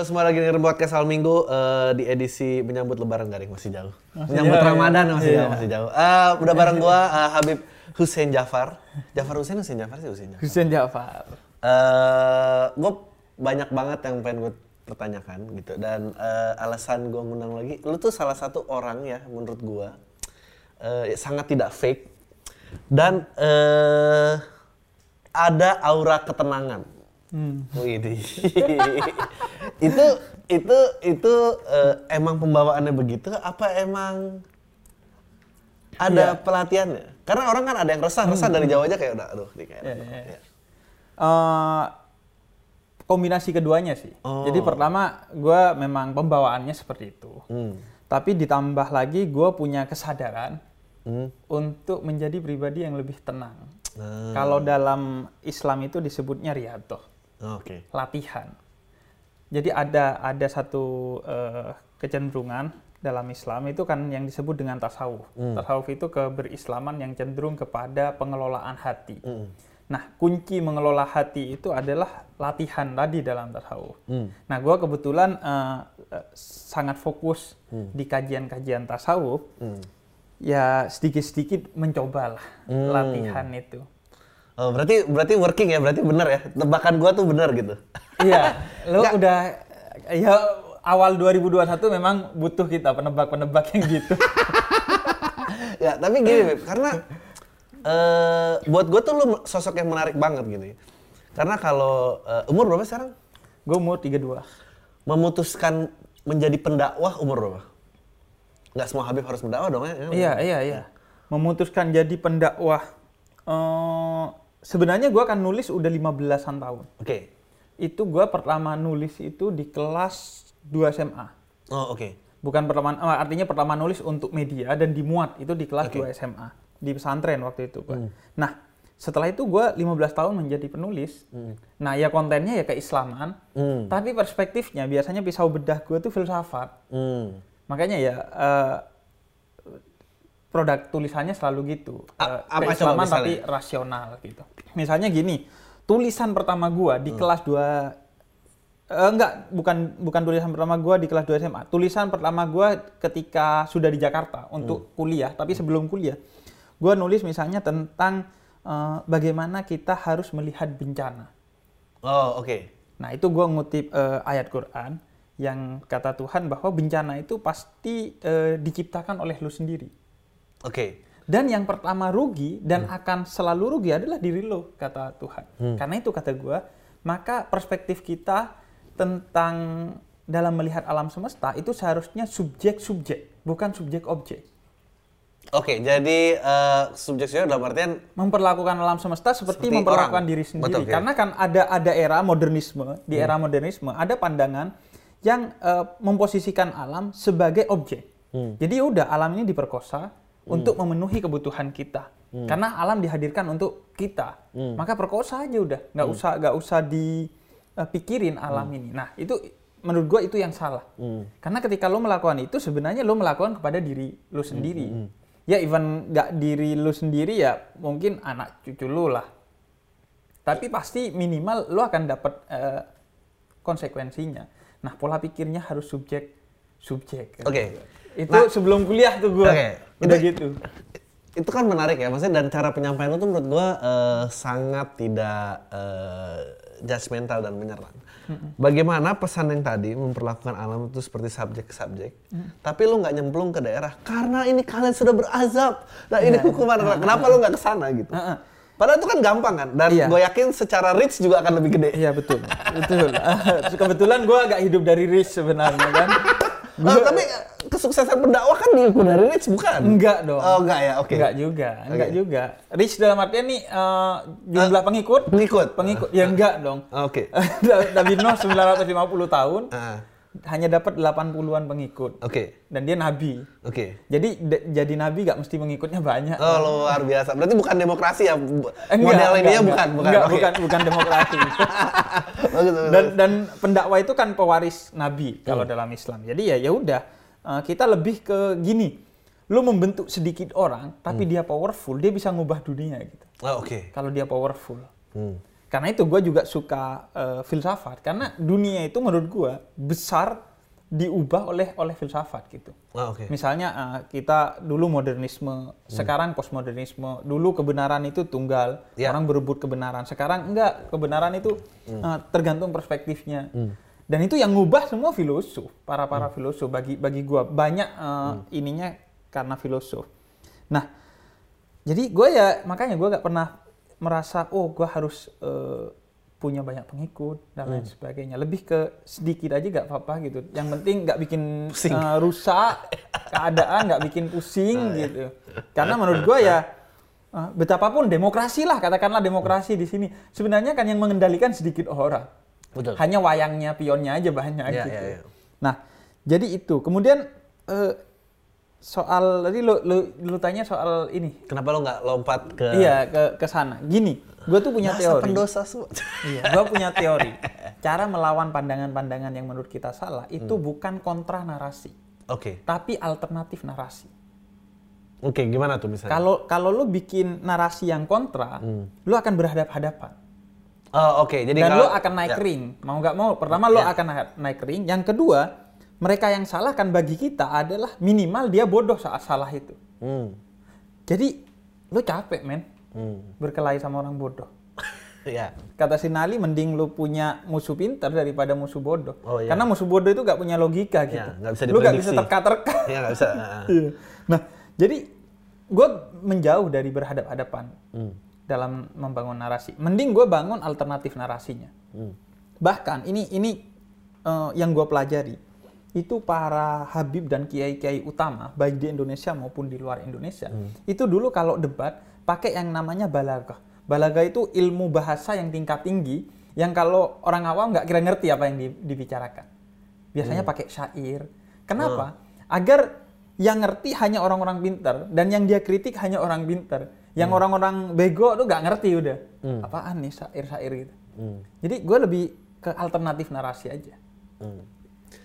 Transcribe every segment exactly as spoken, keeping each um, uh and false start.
Halo semua, lagi dengerin podcast Awal Minggu uh, di edisi menyambut Lebaran Garing, masih jauh. Masih menyambut jauh, Ramadan ya? masih Iya. jauh, masih jauh. Uh, udah bareng gua uh, Habib Hussein Jafar. Jafar Hussein, Hussein Jafar sih Hussein Jafar. Hussein Jafar. Uh, gue banyak banget yang pengen gue pertanyakan gitu, dan uh, alasan gue ngundang lagi, lu tuh salah satu orang ya menurut gue uh, sangat tidak fake dan uh, ada aura ketenangan. Hmm. Wih, itu itu itu uh, emang pembawaannya begitu? Apa emang ada yeah. pelatihannya? Karena orang kan ada yang resah, resah hmm. dari jauh aja kayak udah, aduh, kayak. Yeah, yeah. Ya. Uh, kombinasi keduanya sih. Oh. Jadi pertama, gue memang pembawaannya seperti itu. Hmm. Tapi ditambah lagi, gue punya kesadaran hmm. untuk menjadi pribadi yang lebih tenang. Hmm. Kalau dalam Islam itu disebutnya riyadhah. Okay. Latihan. Jadi ada ada satu uh, kecenderungan dalam Islam itu kan yang disebut dengan tasawuf. Mm. Tasawuf itu keberislaman yang cenderung kepada pengelolaan hati. Mm. Nah, kunci mengelola hati itu adalah latihan tadi dalam tasawuf. Mm. Nah, gue kebetulan uh, uh, sangat fokus mm. di kajian-kajian tasawuf. Mm. Ya sedikit-sedikit mencobalah mm. latihan itu. Oh, berarti berarti working ya, berarti bener ya. Tebakan gua tuh bener gitu. Iya, lo udah ya awal dua ribu dua puluh satu memang butuh kita penebak-penebak yang gitu. Ya, tapi gini, Beb, karena uh, buat gua tuh lu sosok yang menarik banget gitu. Karena kalau uh, umur berapa sekarang? Gua umur tiga puluh dua. Memutuskan menjadi pendakwah umur berapa? Nggak semua Habib harus mendakwah dong ya? Iya, iya, iya. Memutuskan jadi pendakwah uh, sebenarnya gue akan nulis udah lima belasan tahun. Oke. Okay. Itu gue pertama nulis itu di kelas dua S M A. Oh, oke. Okay. Bukan pertama, artinya pertama nulis untuk media dan dimuat itu di kelas okay. dua S M A. Di pesantren waktu itu gue. Hmm. Nah, setelah itu gue lima belas tahun menjadi penulis. Hmm. Nah, ya kontennya ya keislaman. Hmm. Tapi perspektifnya biasanya pisau bedah gue tuh filsafat. Hmm. Makanya ya... Uh, produk tulisannya selalu gitu, A- uh, keislaman tapi rasional gitu. Misalnya gini, tulisan pertama gua di hmm. kelas dua, uh, enggak, bukan bukan tulisan pertama gua di kelas dua S M A. Tulisan pertama gua ketika sudah di Jakarta untuk hmm. kuliah, tapi sebelum kuliah, gua nulis misalnya tentang uh, bagaimana kita harus melihat bencana. Oh, oke. Okay. Nah, itu gua ngutip uh, ayat Quran yang kata Tuhan bahwa bencana itu pasti uh, diciptakan oleh lu sendiri. Oke. Okay. Dan yang pertama rugi dan hmm. akan selalu rugi adalah diri lo, kata Tuhan. Hmm. Karena itu kata gue, maka perspektif kita tentang dalam melihat alam semesta itu seharusnya subjek-subjek, bukan subjek-objek. Oke, okay, jadi uh, subjek-subjek dalam artian memperlakukan alam semesta seperti, seperti memperlakukan orang. Diri sendiri. Betul, okay. Karena kan ada ada era modernisme, di hmm. era modernisme ada pandangan yang uh, memposisikan alam sebagai objek. Hmm. Jadi udah alam ini diperkosa Hmm. untuk memenuhi kebutuhan kita, hmm. karena alam dihadirkan untuk kita, hmm. maka perkosa aja udah, nggak hmm. usah nggak usah dipikirin alam hmm. ini. Nah itu menurut gue itu yang salah, hmm. karena ketika lo melakukan itu sebenarnya lo melakukan kepada diri lo sendiri, hmm. ya even nggak diri lo sendiri ya mungkin anak cucu lo lah, tapi pasti minimal lo akan dapat uh, konsekuensinya. Nah pola pikirnya harus subjek subjek. Oke. Okay. Itu nah, sebelum kuliah tuh gue okay. udah itu, gitu. Itu kan menarik ya, maksudnya dan cara penyampaian itu menurut gue uh, sangat tidak uh, judgmental dan menyerang. Mm-hmm. Bagaimana pesan yang tadi memperlakukan alam itu seperti subjek ke subjek, mm-hmm. tapi lu nggak nyemplung ke daerah karena ini kalian sudah berazab, nah ini yeah. hukuman, uh-huh. kenapa lu nggak kesana gitu? Uh-huh. Padahal itu kan gampang kan, dan iya. gue yakin secara reach juga akan lebih gede. Iya betul, betul. Kebetulan gue agak hidup dari reach sebenarnya kan. Oh, tapi kesuksesan pendakwah kan diukur dari reach bukan? Enggak dong. Oh enggak ya, oke. Okay. Enggak juga, enggak okay. juga. Reach dalam artian nih uh, jumlah uh, pengikut. Pengikut. Pengikut. Uh. Ya enggak dong. Oke. Okay. Nabi Nuh sembilan ratus lima puluh tahun. Uh. Hanya dapat delapan puluhan pengikut. Oke. Okay. Dan dia nabi. Oke. Okay. Jadi d- jadi nabi nggak mesti pengikutnya banyak. Oh, luar biasa. Berarti bukan demokrasi ya? Enggak, model enggak, ini ya enggak, bukan, bukan. Enggak, okay. bukan, bukan demokrasi. dan dan pendakwah itu kan pewaris nabi kalau hmm. dalam Islam. Jadi ya ya udah uh, kita lebih ke gini. Lu membentuk sedikit orang, tapi hmm. dia powerful, dia bisa ngubah dunia gitu. Oh, oke. Okay. Kalau dia powerful. Hmm. Karena itu gue juga suka uh, filsafat. Karena dunia itu menurut gue besar diubah oleh oleh filsafat gitu. Oh, okay. Misalnya uh, kita dulu modernisme, hmm. sekarang postmodernisme. Dulu kebenaran itu tunggal, yeah. orang berebut kebenaran. Sekarang enggak, kebenaran itu hmm. uh, tergantung perspektifnya. Hmm. Dan itu yang ngubah semua filosof, para para hmm. filosof. Bagi bagi gue banyak uh, hmm. ininya karena filosof. Nah, jadi gue ya makanya gue gak pernah merasa oh gue harus uh, punya banyak pengikut dan lain hmm. sebagainya. Lebih ke sedikit aja gak apa-apa gitu. Yang penting gak bikin uh, rusak keadaan, gak bikin pusing oh, gitu. Ya. Karena menurut gue ya uh, betapapun demokrasi lah, katakanlah demokrasi di sini. Sebenarnya kan yang mengendalikan sedikit orang. Betul. Hanya wayangnya, pionnya aja banyak ya, gitu. Ya, ya. Nah, jadi itu. Kemudian uh, soal tadi lu, lu lu tanya soal ini. Kenapa lo nggak lompat ke? Iya ke ke sana. Gini, gue tuh punya Masa teori. pendosa semua. Iya, gue punya teori. Cara melawan pandangan-pandangan yang menurut kita salah itu hmm. bukan kontra narasi. Oke. Okay. Tapi alternatif narasi. Oke, okay, gimana tuh misalnya? Kalau kalau lu bikin narasi yang kontra, hmm. lu akan berhadap-hadapan. Oh, oke. Okay. Jadi dan kalau, lu akan naik ya. ring. Mau nggak mau, pertama lu ya. akan naik ring. Yang kedua, mereka yang salah kan bagi kita adalah minimal dia bodoh saat salah itu. Hmm. Jadi lu capek men hmm. berkelahi sama orang bodoh. Ya. Kata si Nali, mending lu punya musuh pintar daripada musuh bodoh. Oh, iya. Karena musuh bodoh itu gak punya logika gitu. Ya, gak bisa lu gak bisa terka-terka. Iya gak bisa. Nah jadi gue menjauh dari berhadap-hadapan hmm. dalam membangun narasi. Mending gue bangun alternatif narasinya. Hmm. Bahkan ini ini uh, yang gue pelajari. Itu para habib dan kiai-kiai utama baik di Indonesia maupun di luar Indonesia hmm. itu dulu kalau debat pakai yang namanya balaghah. Balaghah itu ilmu bahasa yang tingkat tinggi yang kalau orang awam nggak kira ngerti apa yang dibicarakan. Biasanya hmm. pakai syair. Kenapa? Hmm. Agar yang ngerti hanya orang-orang pintar dan yang dia kritik hanya orang pintar. Yang hmm. orang-orang bego tuh nggak ngerti udah. Hmm. Apaan nih syair-syair gitu. Hmm. Jadi gue lebih ke alternatif narasi aja. Hmm.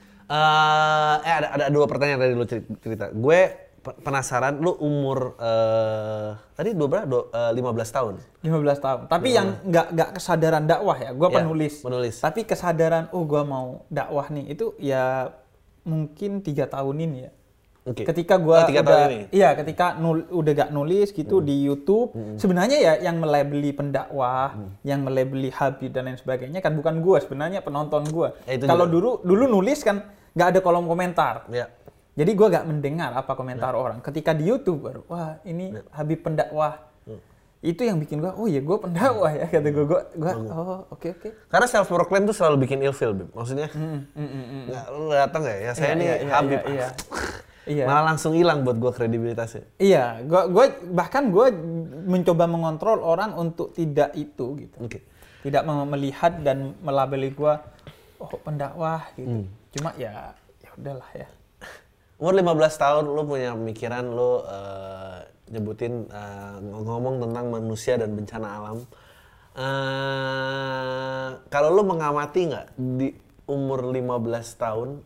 Uh, eh ada ada dua pertanyaan tadi lu cerita. Gue penasaran, lu umur uh, tadi dua berapa? Do, uh, lima belas tahun. lima belas tahun. Tapi hmm. yang nggak nggak kesadaran dakwah ya. Gue ya, penulis. penulis. Tapi kesadaran, oh gue mau dakwah nih itu ya mungkin tiga tahun ini ya. Okay. Ketika gue oh, udah, iya ketika nul, udah gak nulis gitu hmm. di YouTube, hmm. sebenarnya ya yang melabeli pendakwah, hmm. yang melabeli habib dan lain sebagainya kan bukan gue, sebenarnya penonton gue. Ya, kalau dulu dulu nulis kan nggak ada kolom komentar, ya. Jadi gue gak mendengar apa komentar ya. orang. Ketika di YouTube baru, wah ini ya. habib pendakwah, hmm. itu yang bikin gue, oh iya gue pendakwah ya, kata gue, gue, gue oh oke okay, oke. Okay. Karena self proclaim tuh selalu bikin ilfil, Bib. Maksudnya, mm, mm, mm, nggak mm. lu datang nggak ya? Saya iya, nih iya, habib. Iya, iya. Iya. Malah langsung hilang buat gue kredibilitasnya. Iya, gue, gue bahkan gue mencoba mengontrol orang untuk tidak itu gitu, okay. tidak melihat dan melabeli gue, oh pendakwah gitu. Hmm. Cuma ya, ya udahlah ya. Umur lima belas tahun lu punya pemikiran lu uh, nyebutin uh, ngomong tentang manusia dan bencana alam. Uh, kalau lu mengamati nggak di umur lima belas tahun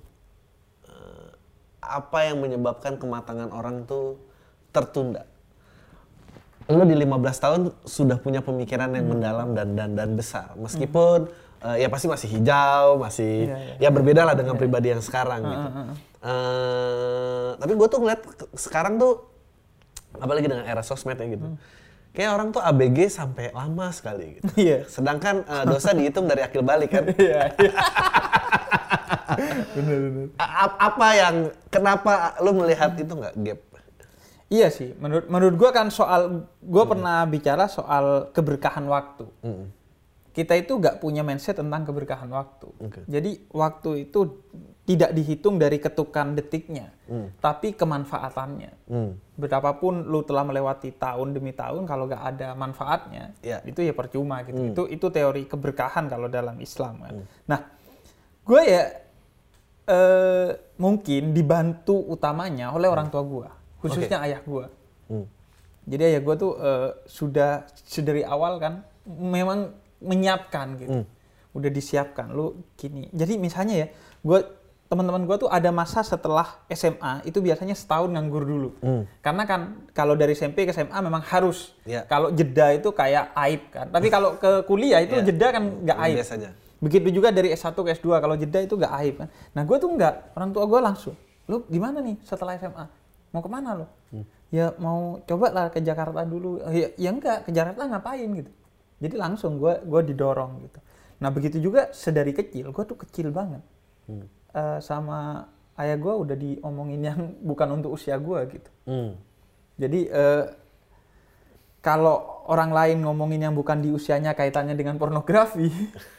apa yang menyebabkan kematangan orang tuh tertunda? Lo di lima belas tahun sudah punya pemikiran yang hmm. mendalam dan dan dan besar. Meskipun hmm. uh, ya pasti masih hijau, masih yeah, yeah. ya berbeda lah dengan yeah. pribadi yang sekarang uh, gitu. Uh, uh. Uh, tapi gue tuh ngeliat sekarang tuh apalagi dengan era sosmed ya gitu. Hmm. Kayak orang tuh A B G sampai lama sekali gitu. Yeah. Sedangkan uh, dosa dihitung dari akil balik kan. Yeah, yeah. Bener-bener. A- apa yang kenapa lu melihat itu nggak gap? Iya sih, menurut menurut gue kan soal gue hmm. pernah bicara soal keberkahan waktu. Hmm. Kita itu nggak punya mindset tentang keberkahan waktu. Okay. Jadi waktu itu tidak dihitung dari ketukan detiknya, hmm. tapi kemanfaatannya. Hmm. Betapapun lu telah melewati tahun demi tahun, kalau nggak ada manfaatnya, yeah. itu ya percuma gitu. Hmm. Itu itu teori keberkahan kalau dalam Islam kan. Hmm. Nah, gue ya eh, mungkin dibantu utamanya oleh orang tua gue, khususnya okay. ayah gue. Hmm. Jadi ayah gue tuh eh, sudah sedari awal kan memang menyiapkan gitu, hmm. udah disiapkan lu gini. Jadi misalnya ya, gue teman-teman gue tuh ada masa setelah S M A itu biasanya setahun nganggur dulu. Hmm. Karena kan kalau dari S M P ke S M A memang harus. Yeah. Kalau jeda itu kayak aib kan. Tapi kalau ke kuliah itu yeah. jeda kan nggak aib. Biasanya. Begitu juga dari S satu ke S dua kalau jeda itu nggak aib kan. Nah gue tuh nggak. Orang tua gue langsung. Lu gimana nih setelah S M A? Mau kemana lo? Hmm. Ya mau coba lah ke Jakarta dulu. Ya, ya enggak, ke Jakarta ngapain gitu. Jadi langsung gue gue didorong gitu. Nah begitu juga sedari kecil. Gue tuh kecil banget. Hmm. Uh, sama ayah gue udah diomongin yang bukan untuk usia gue gitu. Hmm. Jadi uh, kalau orang lain ngomongin yang bukan di usianya kaitannya dengan pornografi,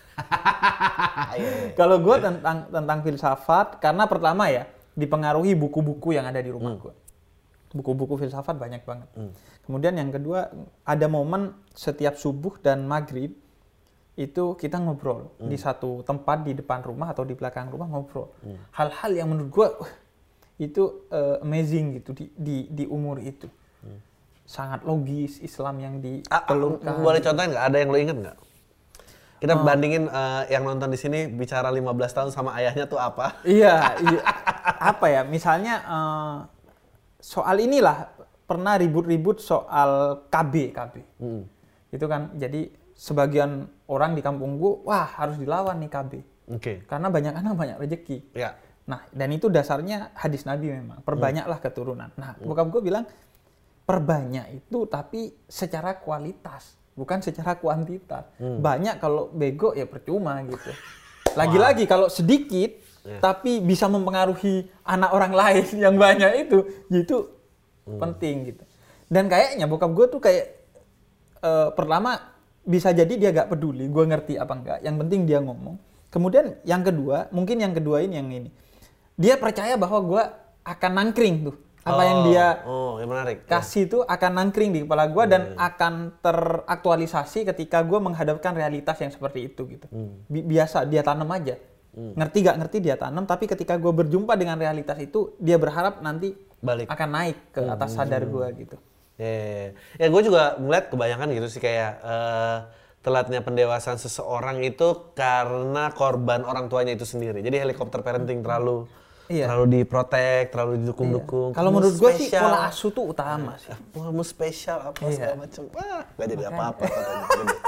kalau gue tentang tentang filsafat, karena pertama ya dipengaruhi buku-buku yang ada di rumah hmm. gue. Buku-buku filsafat banyak banget. Hmm. Kemudian yang kedua ada momen setiap subuh dan maghrib itu kita ngobrol hmm. di satu tempat di depan rumah atau di belakang rumah ngobrol. Hmm. Hal-hal yang menurut gue uh, itu uh, amazing gitu di, di di umur itu. Hmm. Sangat logis Islam yang ditelurkan. Ah, boleh contohin nggak? Ada yang lo inget nggak? Kita oh. bandingin uh, yang nonton di sini bicara lima belas tahun sama ayahnya tuh apa? Iya, iya. Apa ya? Misalnya uh, soal inilah pernah ribut-ribut soal K B, K B. Hmm. Itu kan jadi sebagian orang di kampung gue, wah harus dilawan nih K B. Okay. Karena banyak anak banyak rezeki. Ya. Nah, dan itu dasarnya hadis Nabi memang. Perbanyaklah hmm. keturunan. Nah, hmm. bokap gue bilang, perbanyak itu tapi secara kualitas, bukan secara kuantitas. Hmm. Banyak kalau bego ya percuma gitu. Lagi-lagi kalau sedikit, yeah. tapi bisa mempengaruhi anak orang lain yang banyak itu, itu hmm. penting gitu. Dan kayaknya bokap gue tuh kayak, uh, pertama, bisa jadi dia gak peduli, gue ngerti apa enggak. Yang penting dia ngomong. Kemudian yang kedua, mungkin yang kedua ini yang ini. Dia percaya bahwa gue akan nangkring tuh. Apa oh, yang dia oh, yang menarik. kasih tuh akan nangkring di kepala gue hmm. dan akan teraktualisasi ketika gue menghadapkan realitas yang seperti itu gitu. Hmm. Bi- biasa dia tanam aja. Hmm. Ngerti gak ngerti dia tanam, tapi ketika gue berjumpa dengan realitas itu, dia berharap nanti balik akan naik ke atas hmm. sadar gue gitu. Ya, yeah, yeah. ya gue juga ngeliat kebanyakan gitu sih kayak uh, telatnya pendewasaan seseorang itu karena korban orang tuanya itu sendiri. Jadi helikopter parenting terlalu iya. terlalu diprotek, terlalu didukung-dukung. Iya. Kalau menurut gue sih pola asuh tuh utama sih. Kamu spesial apa iya. segala macam. Wah, gak jadi Makanya. apa-apa katanya.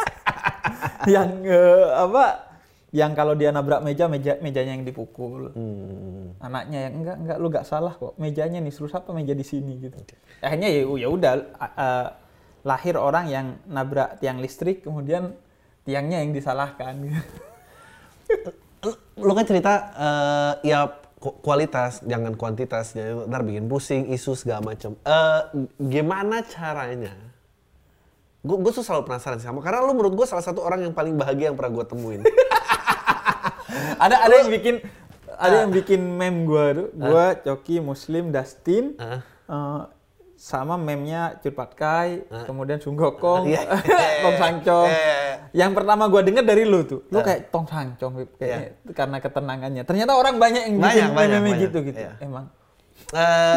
yang uh, apa? Yang kalau dia nabrak meja, meja mejanya yang dipukul. Hmm. Anaknya yang enggak enggak lu enggak salah kok. Mejanya nih terus apa meja di sini gitu. Okay. Akhirnya ya ya udah uh, lahir orang yang nabrak tiang listrik kemudian tiangnya yang disalahkan. Lu kan cerita uh, ya kualitas jangan kuantitas, jadi ntar bikin pusing isu segala macam. Uh, gimana caranya? Gue gue tuh selalu penasaran sama karena lu menurut gue salah satu orang yang paling bahagia yang pernah gue temuin. ada ada yang bikin ada uh, yang bikin meme gue tuh, gue uh, Coki Muslim Dustin uh, uh, sama meme-nya Cut Pat Kai, uh, kemudian Sung Gokong, uh, yeah, yeah, Tong Sangcong. Yeah, yeah, yeah. Yang pertama gue denger dari lu tuh, lu uh, kayak Tong Sangcong kayak yeah. karena ketenangannya. Ternyata orang banyak yang bikin meme gitu gitu. Yeah. Emang. Uh,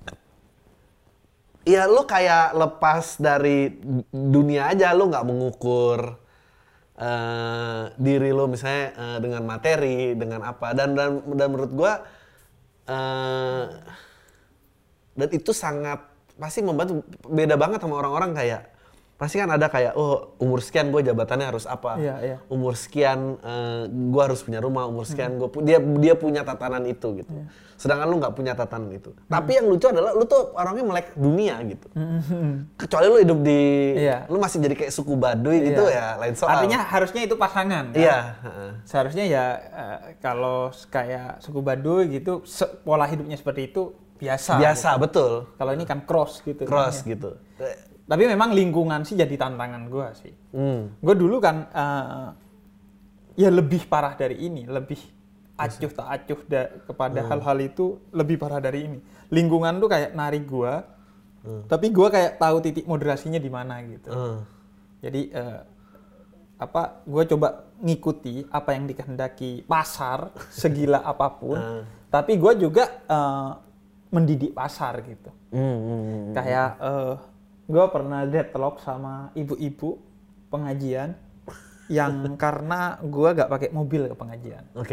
ya lu kayak lepas dari dunia aja, lu nggak mengukur Uh, diri lo misalnya uh, dengan materi, dengan apa dan dan, dan menurut gua uh, dan itu sangat pasti membantu. Beda banget sama orang-orang kayak pasti kan ada kayak oh umur sekian gue jabatannya harus apa, iya, iya. umur sekian uh, gue harus punya rumah, umur sekian hmm. gue pu- dia dia punya tatanan itu gitu. Iya. Sedangkan lu nggak punya tatanan itu. Hmm. Tapi yang lucu adalah lu tuh orangnya melek dunia gitu. Hmm. Kecuali lu hidup di, iya. lu masih jadi kayak suku Baduy iya. gitu ya lain soal. Artinya harusnya itu pasangan kan? Iya. Seharusnya ya uh, kalau kayak suku Baduy gitu se- pola hidupnya seperti itu biasa. Biasa gitu. Betul. Kalau ini kan cross gitu. Cross kan, gitu. Ya. Tapi memang lingkungan sih jadi tantangan gue sih. Hmm. Gue dulu kan uh, ya lebih parah dari ini, lebih acuh tak acuh da- kepada hmm. hal-hal itu lebih parah dari ini. Lingkungan tuh kayak narik gue, hmm. tapi gue kayak tahu titik moderasinya di mana gitu. Hmm. Jadi uh, apa? Gue coba ngikuti apa yang dikehendaki pasar segila apapun, hmm. tapi gue juga uh, mendidik pasar gitu. Hmm. Kayak uh, gue pernah deadlock sama ibu-ibu pengajian yang karena gue gak pakai mobil ke pengajian. Oke. Okay.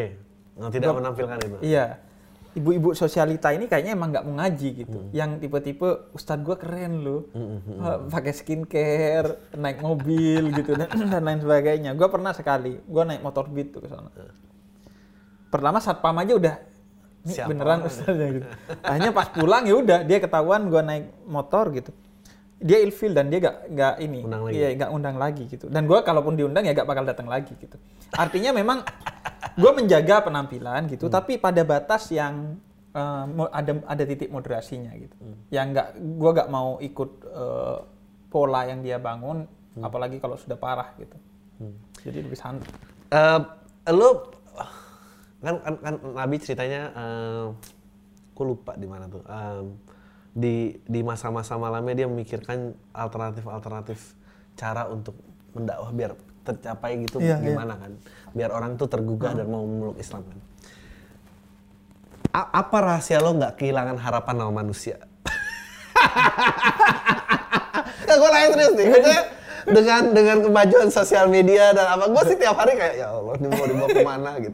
Nggak tidak gua, menampilkan itu. Iya. Ibu-ibu sosialita ini kayaknya emang nggak mau ngaji gitu. Hmm. Yang tipe-tipe ustadz gue keren loh, hmm, hmm, hmm. pakai skincare, naik mobil gitu dan, dan lain sebagainya. Gue pernah sekali, gue naik motor beat tuh ke sana. Pertama satpam aja udah, ini siapa beneran ustadznya gitu. Akhirnya pas pulang ya udah dia ketahuan gue naik motor gitu. Dia ilfil dan dia gak, gak ini, dia gak undang lagi gitu. Dan gue kalaupun diundang ya gak bakal datang lagi gitu. Artinya memang gue menjaga penampilan gitu, hmm. tapi pada batas yang uh, ada ada titik moderasinya gitu. Hmm. Yang nggak, gue gak mau ikut uh, pola yang dia bangun, hmm. apalagi kalau sudah parah gitu. Hmm. Jadi lebih santai. Uh, lo kan, kan, kan Nabi ceritanya, uh, gue lupa di mana tuh. Um, di di masa-masa malamnya dia memikirkan alternatif-alternatif cara untuk mendakwah biar tercapai gitu, iya, gimana iya. kan biar orang tuh tergugah hmm. dan mau memeluk Islam kan. A- apa rahasia lo nggak kehilangan harapan sama manusia? Nah, gue nanya serius nih, maksudnya dengan dengan kemajuan sosial media dan apa, gue sih tiap hari kayak ya Allah ini mau dibawa kemana gitu.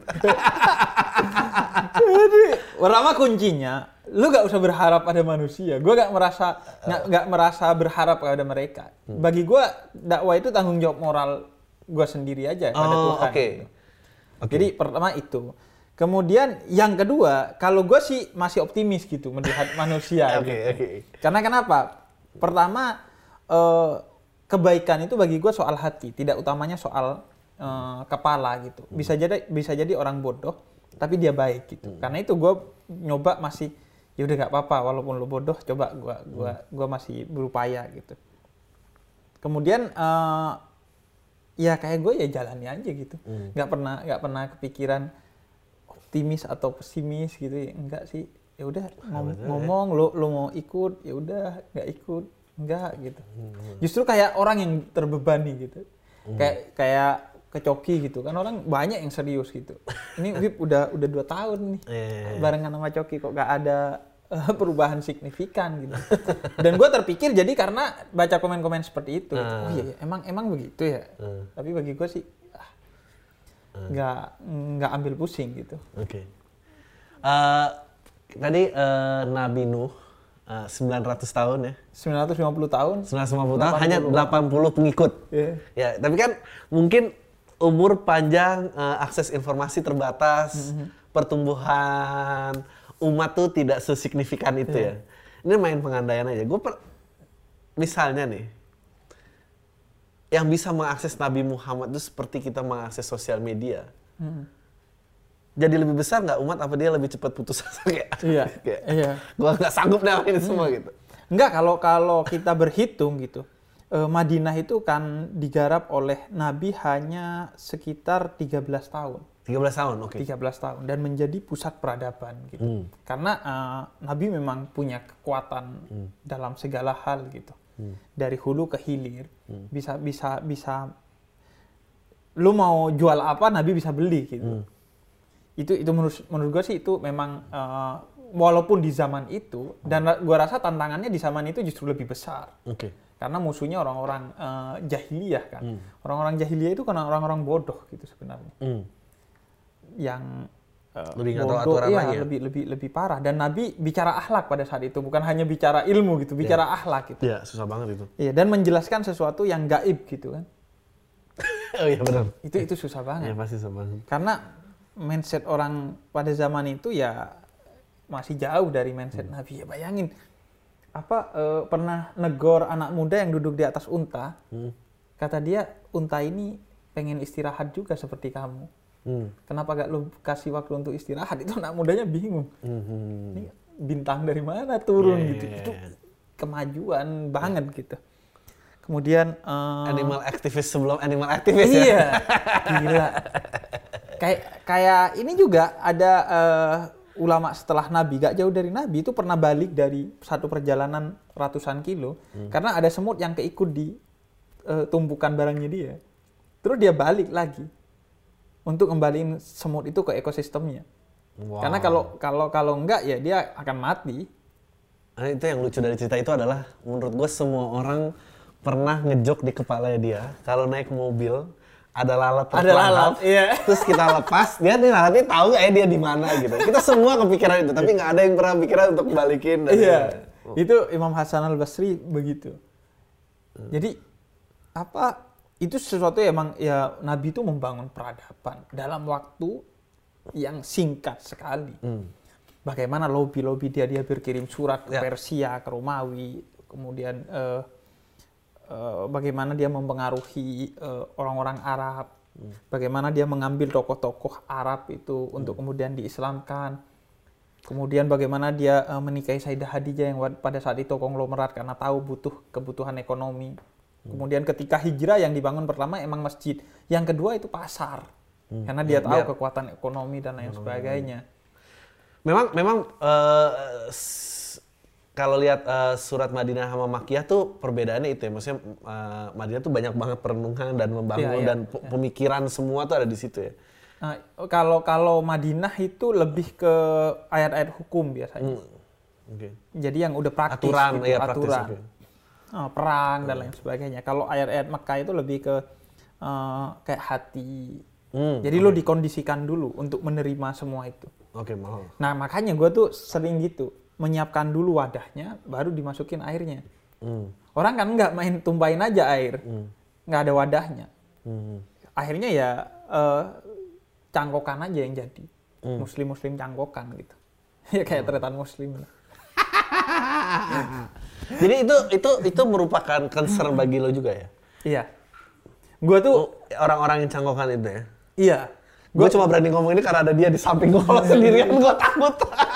Jadi pertama kuncinya lu gak usah berharap pada manusia. Gue gak merasa gak, gak merasa berharap pada mereka. Bagi gue dakwah itu tanggung jawab moral gue sendiri aja pada oh, Tuhan. Okay. Gitu. Okay. Jadi pertama itu. Kemudian yang kedua, kalau gue sih masih optimis gitu melihat manusia. okay, gitu. Okay. Karena kenapa? Pertama eh, kebaikan itu bagi gue soal hati, tidak utamanya soal eh, kepala gitu. Bisa jadi bisa jadi orang bodoh, tapi dia baik gitu. Hmm. Karena itu gue nyoba masih ya udah nggak apa-apa walaupun lo bodoh, coba gue gua hmm. gua masih berupaya gitu. Kemudian uh, ya kayak gue ya jalani aja gitu, nggak hmm. pernah nggak pernah kepikiran optimis atau pesimis gitu, ya enggak sih. Ya udah ngom- ngomong lo lo mau ikut ya udah, nggak ikut enggak gitu. Hmm. Justru kayak orang yang terbebani gitu, hmm. kayak kayak kecoki gitu kan, orang banyak yang serius gitu. Ini Wip udah udah dua tahun nih yeah. barengan sama Coki kok gak ada uh, perubahan signifikan gitu. Dan gue terpikir jadi karena baca komen-komen seperti itu. Uh. Oh iya, emang emang begitu ya. Uh. Tapi bagi gue sih ah, uh. nggak nggak ambil pusing gitu. Oke. Okay. Uh, tadi uh, Nabi Nuh uh, sembilan ratus tahun ya. sembilan ratus lima puluh tahun. sembilan ratus lima puluh tahun hanya delapan puluh pengikut. Yeah. Ya, tapi kan mungkin umur panjang, uh, akses informasi terbatas, mm-hmm. pertumbuhan umat tuh tidak sesignifikan itu yeah. ya. Ini main pengandaian aja. Gue per- misalnya nih, yang bisa mengakses Nabi Muhammad itu seperti kita mengakses sosial media. Mm-hmm. Jadi lebih besar nggak umat apa dia lebih cepat putus asa kayak? Iya. kayak, iya. Gue nggak sanggup nih ini semua gitu. Enggak, kalau kalau kita berhitung gitu. Madinah itu kan digarap oleh Nabi hanya sekitar tiga belas tahun. tiga belas tahun, oke. Okay. tiga belas tahun dan menjadi pusat peradaban gitu. Hmm. Karena uh, Nabi memang punya kekuatan hmm. dalam segala hal gitu. Hmm. Dari hulu ke hilir. Hmm. Bisa bisa bisa lu mau jual apa Nabi bisa beli gitu. Hmm. Itu itu menurut menurut gue sih itu memang uh, walaupun di zaman itu dan gue rasa tantangannya di zaman itu justru lebih besar. Oke. Okay. Karena musuhnya orang-orang uh, jahiliyah kan. Hmm. Orang-orang jahiliyah itu kan orang-orang bodoh gitu sebenarnya. Hmm. Yang uh, lebih bodoh, iya, ya? lebih lebih lebih parah. Dan Nabi bicara akhlak pada saat itu, bukan hanya bicara ilmu gitu, bicara yeah. akhlak gitu. Iya, yeah, susah banget itu. Iya, dan menjelaskan sesuatu yang gaib gitu kan. Oh iya benar. Itu itu susah banget. Iya, pasti susah banget. Karena mindset orang pada zaman itu ya masih jauh dari mindset hmm. Nabi. Ya bayangin apa uh, pernah negor anak muda yang duduk di atas unta, hmm. kata dia unta ini pengen istirahat juga seperti kamu. Hmm. Kenapa gak lu kasih waktu untuk istirahat? Itu anak mudanya bingung. Hmm. Ini bintang dari mana turun yeah, gitu? Yeah, yeah. Itu kemajuan banget yeah. gitu. Kemudian uh, animal activist sebelum animal activist iya, ya. Gila. Kayak kayak ini juga ada uh, ulama setelah Nabi, gak jauh dari Nabi itu pernah balik dari satu perjalanan ratusan kilo hmm. karena ada semut yang keikut di uh, tumpukan barangnya dia. Terus dia balik lagi untuk ngembaliin semut itu ke ekosistemnya. Wow. Karena kalau kalau kalau enggak ya dia akan mati. Nah, itu yang lucu dari cerita itu adalah menurut gue semua orang pernah ngejok di kepalanya dia kalau naik mobil ada lalat ada lalat, iya. Terus kita lepas, dia nih lalatnya tahu nggak ya dia di mana gitu. Kita semua kepikiran itu, tapi nggak ada yang pernah pikiran untuk balikin. Dan iya, ya. Itu Imam Hasan al-Basri begitu. Hmm. Jadi apa? Itu sesuatu yang emang ya Nabi itu membangun peradaban dalam waktu yang singkat sekali. Hmm. Bagaimana lobby-lobby dia dia berkirim surat ke ya. Persia, ke Romawi, kemudian uh, uh, bagaimana dia mempengaruhi uh, orang-orang Arab, hmm. bagaimana dia mengambil tokoh-tokoh Arab itu hmm. untuk kemudian diislamkan. Kemudian bagaimana dia uh, menikahi Sayyidah Khadijah yang pada saat itu konglomerat karena tahu butuh kebutuhan ekonomi. Kemudian ketika hijrah yang dibangun pertama emang masjid, yang kedua itu pasar, hmm. karena dia ya, tahu biar. Kekuatan ekonomi dan lain sebagainya. Memang, memang uh, s- kalau lihat uh, surat Madinah sama Makkiyah tuh perbedaannya itu ya, maksudnya uh, Madinah tuh banyak banget perenungan dan membangun ya, ya, dan p- ya. pemikiran semua tuh ada di situ ya. Nah, kalau kalau Madinah itu lebih ke ayat-ayat hukum biasanya. Hmm. Okay. Jadi yang udah praktis, aturan, gitu, ya, aturan. praktis, okay. Oh, perang dan lain sebagainya. Kalau ayat-ayat Mekah itu lebih ke uh, kayak hati. Hmm, Jadi okay. lo dikondisikan dulu untuk menerima semua itu. Oke, okay, mahal. Nah makanya gue tuh sering gitu menyiapkan dulu wadahnya, baru dimasukin airnya. Hmm. Orang kan nggak main tumpahin aja air, nggak hmm. ada wadahnya. Hmm. Akhirnya ya uh, cangkokan aja yang jadi. Hmm. Muslim-muslim cangkokan gitu. Ya kayak tretan muslim lah. Jadi itu itu itu merupakan concern bagi lo juga ya? Iya. Gua tuh oh, orang-orang yang cangkokan itu ya? Iya. Gue cuma berani ngomong ini karena ada dia di samping gue. Kalau sendirian gue takut.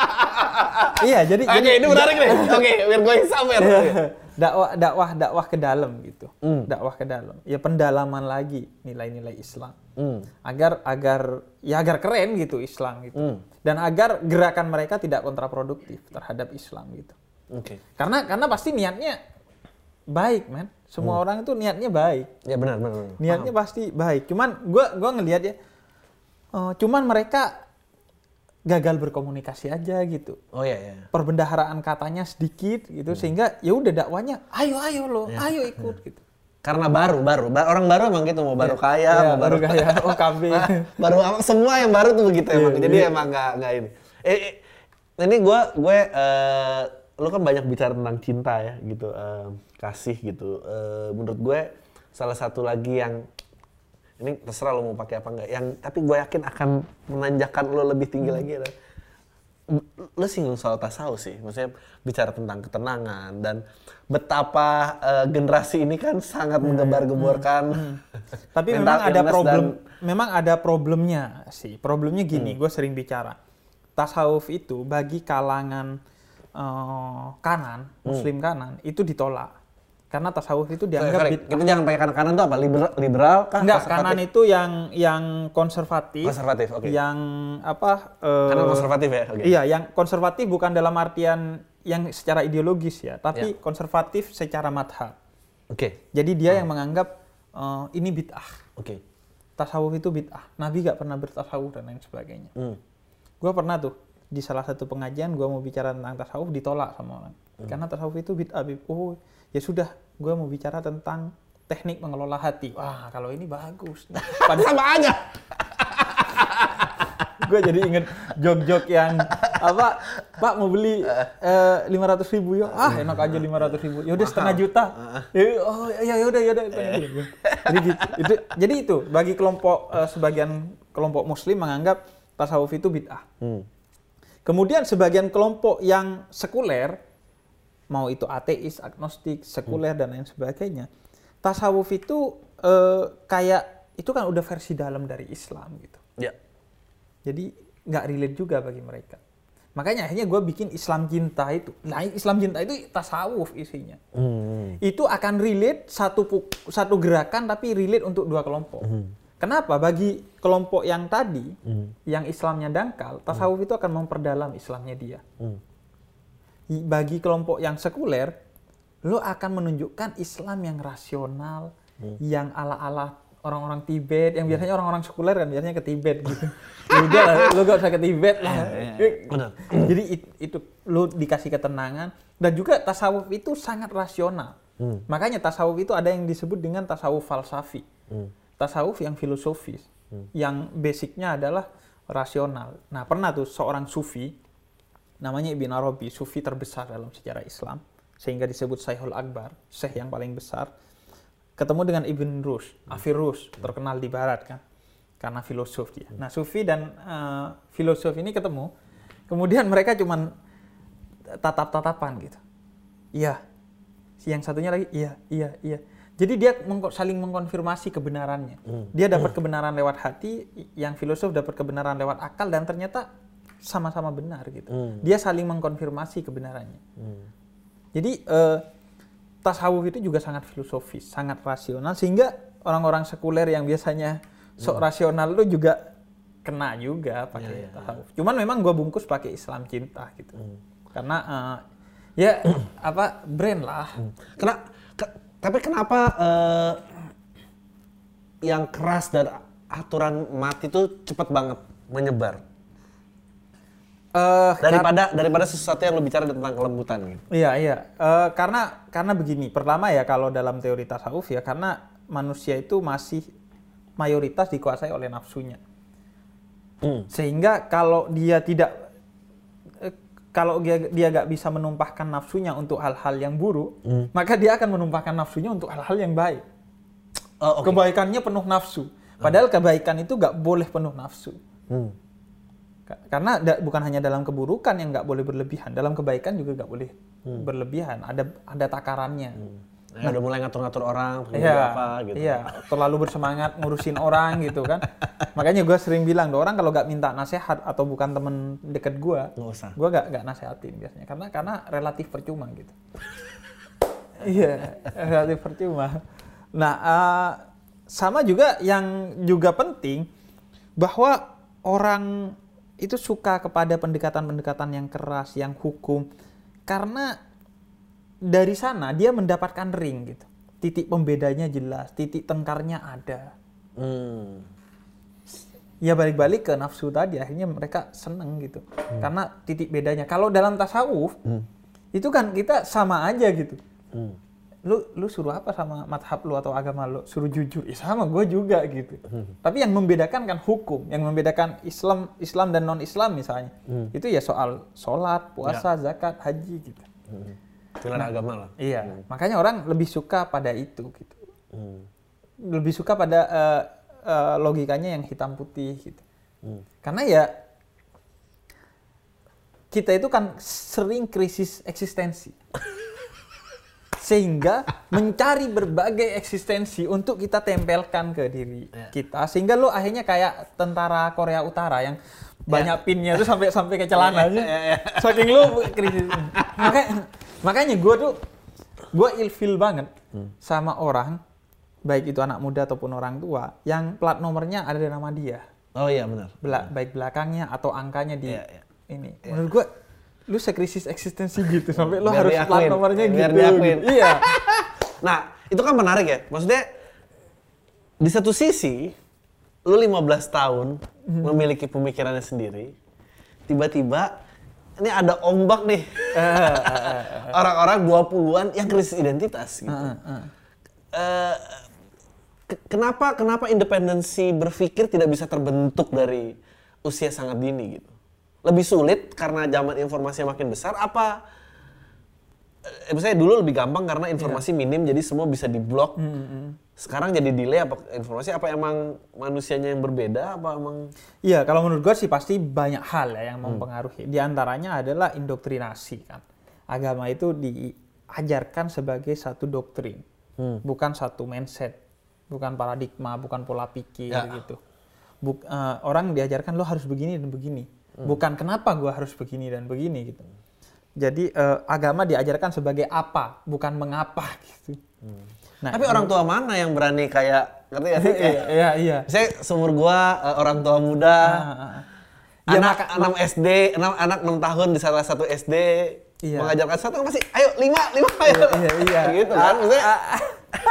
Iya, jadi Oke, okay, ini menarik nih. Oke, okay, biar gue sabar. Dakwah dakwah dakwah ke dalam gitu. Mm. Dakwah ke dalam. Ya pendalaman lagi nilai-nilai Islam. Mm. Agar agar ya agar keren gitu Islam gitu. Mm. Dan agar gerakan mereka tidak kontraproduktif terhadap Islam gitu. Oke. Okay. Karena karena pasti niatnya baik, man. Semua hmm. orang itu niatnya baik. Ya benar, benar. benar. Niatnya Paham. Pasti baik. Cuman gua gua ngelihat ya uh, cuman mereka gagal berkomunikasi aja gitu. Oh iya iya. Perbendaharaan katanya sedikit gitu hmm. sehingga ya udah dakwanya ayo ayo lo, ya. ayo ikut ya. gitu. Karena baru, baru, orang baru emang gitu, mau baru ya. kaya, ya, mau baru, baru kaya, oh K B. baru semua yang baru tuh begitu emang. Ya, Jadi ya. emang nggak nggak ini. Eh, eh ini gue gue uh, lu kan banyak bicara tentang cinta ya gitu, uh, kasih gitu. Uh, menurut gue salah satu lagi yang ini terserah lo mau pakai apa enggak, yang tapi gue yakin akan menanjakan lo lebih tinggi hmm. lagi adalah lo singgung soal tasawuf sih, maksudnya bicara tentang ketenangan dan betapa uh, generasi ini kan sangat hmm. menggembar-gemborkan. Hmm. Hmm. Tapi memang ada problem, dan... memang ada problemnya sih. Problemnya gini, hmm. gue sering bicara tasawuf itu bagi kalangan Uh, kanan, Muslim hmm. kanan itu ditolak karena tasawuf itu dianggap sorry, sorry. Kita jangan pakai kanan kanan itu apa liberal, liberal kah? Enggak, kanan itu yang yang konservatif, konservatif, oke. Okay. Yang apa? Uh, kanan konservatif ya, oke. Okay. Iya, yang konservatif bukan dalam artian yang secara ideologis ya, tapi yeah. konservatif secara madhab. Oke. Okay. Jadi dia hmm. yang menganggap uh, ini bid'ah. Oke. Okay. Tasawuf itu bid'ah. Nabi gak pernah bertasawuf dan lain sebagainya. Hmm. Gua pernah tuh di salah satu pengajian gue mau bicara tentang tasawuf ditolak sama orang. Hmm. Karena tasawuf itu bid'ah. Oh, ya sudah, gue mau bicara tentang teknik mengelola hati. Wah, kalau ini bagus. Padahal sama aja. Gue jadi inget jok-jok yang apa? Pak mau beli lima ratus ribu ya? Ah, enak aja lima ratus ribu. Ya udah setengah juta. Ya, oh ya ya udah ya udah. Jadi gitu. Itu, jadi itu bagi kelompok uh, sebagian kelompok Muslim menganggap tasawuf itu bid'ah. Hmm. Kemudian sebagian kelompok yang sekuler, mau itu ateis, agnostik, sekuler, hmm. dan lain sebagainya, tasawuf itu eh, kayak, itu kan udah versi dalam dari Islam gitu. Ya. Jadi nggak relate juga bagi mereka. Makanya akhirnya gue bikin Islam cinta itu. Nah Islam cinta itu tasawuf isinya. Hmm. Itu akan relate satu, satu gerakan tapi relate untuk dua kelompok. Hmm. Kenapa? Bagi kelompok yang tadi, hmm. yang Islamnya dangkal, tasawuf hmm. itu akan memperdalam Islamnya dia. Hmm. Bagi kelompok yang sekuler, lo akan menunjukkan Islam yang rasional, hmm. yang ala-ala orang-orang Tibet, yang biasanya orang-orang sekuler kan biasanya ke Tibet gitu. Udah lah, lo gak usah ke Tibet lah. Jadi it, itu lo dikasih ketenangan, dan juga tasawuf itu sangat rasional. Hmm. Makanya tasawuf itu ada yang disebut dengan tasawuf falsafi. Hmm. tasawuf yang filosofis, hmm. yang basicnya adalah rasional. Nah, pernah tuh seorang sufi, namanya Ibn Arabi, sufi terbesar dalam sejarah Islam, sehingga disebut Syekhul Akbar, syekh yang paling besar, ketemu dengan Ibn Rushd, hmm. Averroes, terkenal di barat kan, karena filosof dia. Hmm. Nah, sufi dan uh, filosof ini ketemu, kemudian mereka cuman tatap-tatapan gitu. Iya. Yang satunya lagi, iya, iya, iya. Jadi dia meng- saling mengkonfirmasi kebenarannya. Hmm. Dia dapat kebenaran lewat hati, yang filosof dapat kebenaran lewat akal, dan ternyata sama-sama benar gitu. Hmm. Dia saling mengkonfirmasi kebenarannya. Hmm. Jadi uh, tasawuf itu juga sangat filosofis, sangat rasional, sehingga orang-orang sekuler yang biasanya sok hmm. rasional itu juga kena juga pakai ya, ya, tasawuf. Ya. Cuman memang gue bungkus pakai Islam cinta gitu. Hmm. Karena uh, ya apa brand lah. Hmm. Kena, ke, tapi kenapa uh, yang keras dan aturan mati itu cepat banget menyebar? Uh, daripada kar- daripada sesuatu yang lu bicara tentang kelembutan gitu. Iya iya. Uh, karena karena begini. Pertama ya kalau dalam teori tasawuf ya karena manusia itu masih mayoritas dikuasai oleh nafsunya. Hmm. Sehingga kalau dia tidak kalau dia dia nggak bisa menumpahkan nafsunya untuk hal-hal yang buruk, hmm. maka dia akan menumpahkan nafsunya untuk hal-hal yang baik. Oh, okay. Kebaikannya penuh nafsu. Padahal kebaikan itu nggak boleh penuh nafsu. Hmm. Karena da, bukan hanya dalam keburukan yang nggak boleh berlebihan, dalam kebaikan juga nggak boleh hmm. berlebihan. Ada ada takarannya. Hmm. Nah, udah mulai ngatur-ngatur orang, iya, apa gitu. Iya, terlalu bersemangat ngurusin orang gitu kan. Makanya gue sering bilang, orang kalau gak minta nasihat atau bukan temen deket gue, gue gak, gak nasehatin biasanya. Karena karena relatif percuma gitu. Iya, relatif percuma. Nah, uh, sama juga yang juga penting, bahwa orang itu suka kepada pendekatan-pendekatan yang keras, yang hukum. Karena dari sana dia mendapatkan ring gitu, titik pembedanya jelas, titik tengkarnya ada. Hmm. Ya balik-balik ke nafsu tadi, akhirnya mereka seneng gitu, hmm. karena titik bedanya. Kalau dalam tasawuf hmm. itu kan kita sama aja gitu. Hmm. Lu lu suruh apa sama madhab lu atau agama lu? Suruh jujur, ya sama gue juga gitu. Hmm. Tapi yang membedakan kan hukum, yang membedakan Islam, Islam dan non Islam misalnya, hmm. itu ya soal sholat, puasa, ya. Zakat, haji gitu. Hmm. Pilar nah, agama lah. Iya, hmm. makanya orang lebih suka pada itu gitu. Hmm. Lebih suka pada uh, uh, logikanya yang hitam putih gitu. Hmm. Karena ya kita itu kan sering krisis eksistensi. Sehingga mencari berbagai eksistensi untuk kita tempelkan ke diri yeah. kita. Sehingga lo akhirnya kayak tentara Korea Utara yang banyak yeah. pinnya tuh sampai sampai ke celananya. Yeah, yeah, yeah. Saking lo krisis. Makanya Makanya gue tuh, gue ilfil banget hmm. sama orang, baik itu anak muda ataupun orang tua, yang plat nomornya ada nama dia. Oh iya benar. Bela- baik belakangnya atau angkanya di yeah, yeah. ini. Yeah. Menurut gue, lu sekrisis eksistensi gitu, sampai lu harus diakuin. Plat nomornya biar gitu. Diakuin. Iya. Nah, itu kan menarik ya. Maksudnya, di satu sisi, lu lima belas tahun hmm. memiliki pemikirannya sendiri, tiba-tiba, ini ada ombak nih, orang-orang dua puluhan yang krisis identitas gitu. Uh, uh. Uh, ke- kenapa kenapa independensi berpikir tidak bisa terbentuk dari usia sangat dini gitu? Lebih sulit karena zaman informasi makin besar apa? Eh, misalnya dulu lebih gampang karena informasi yeah. minim jadi semua bisa diblok. Mm-hmm. Sekarang jadi delay apa informasi apa emang manusianya yang berbeda apa emang? Iya, kalau menurut gue sih pasti banyak hal ya yang mempengaruhi. Hmm. Di antaranya adalah indoktrinasi kan. Agama itu diajarkan sebagai satu doktrin, hmm. bukan satu mindset, bukan paradigma, bukan pola pikir ya. Gitu. Buk, uh, orang diajarkan lo harus begini dan begini, hmm. bukan kenapa gue harus begini dan begini gitu. Jadi uh, agama diajarkan sebagai apa, bukan mengapa gitu. Hmm. Nah, tapi orang tua mana yang berani kayak ngerti gak sih? Kayak, iya, iya. Saya seumur gua orang tua muda, ah, ah. Ya, anak maka, enam S D, enam anak enam tahun di salah satu S D iya. mengajarkan satu masih, ayo lima lima ayo. Iya, iya, iya. Gitu kan? Maksudnya, ah, ah.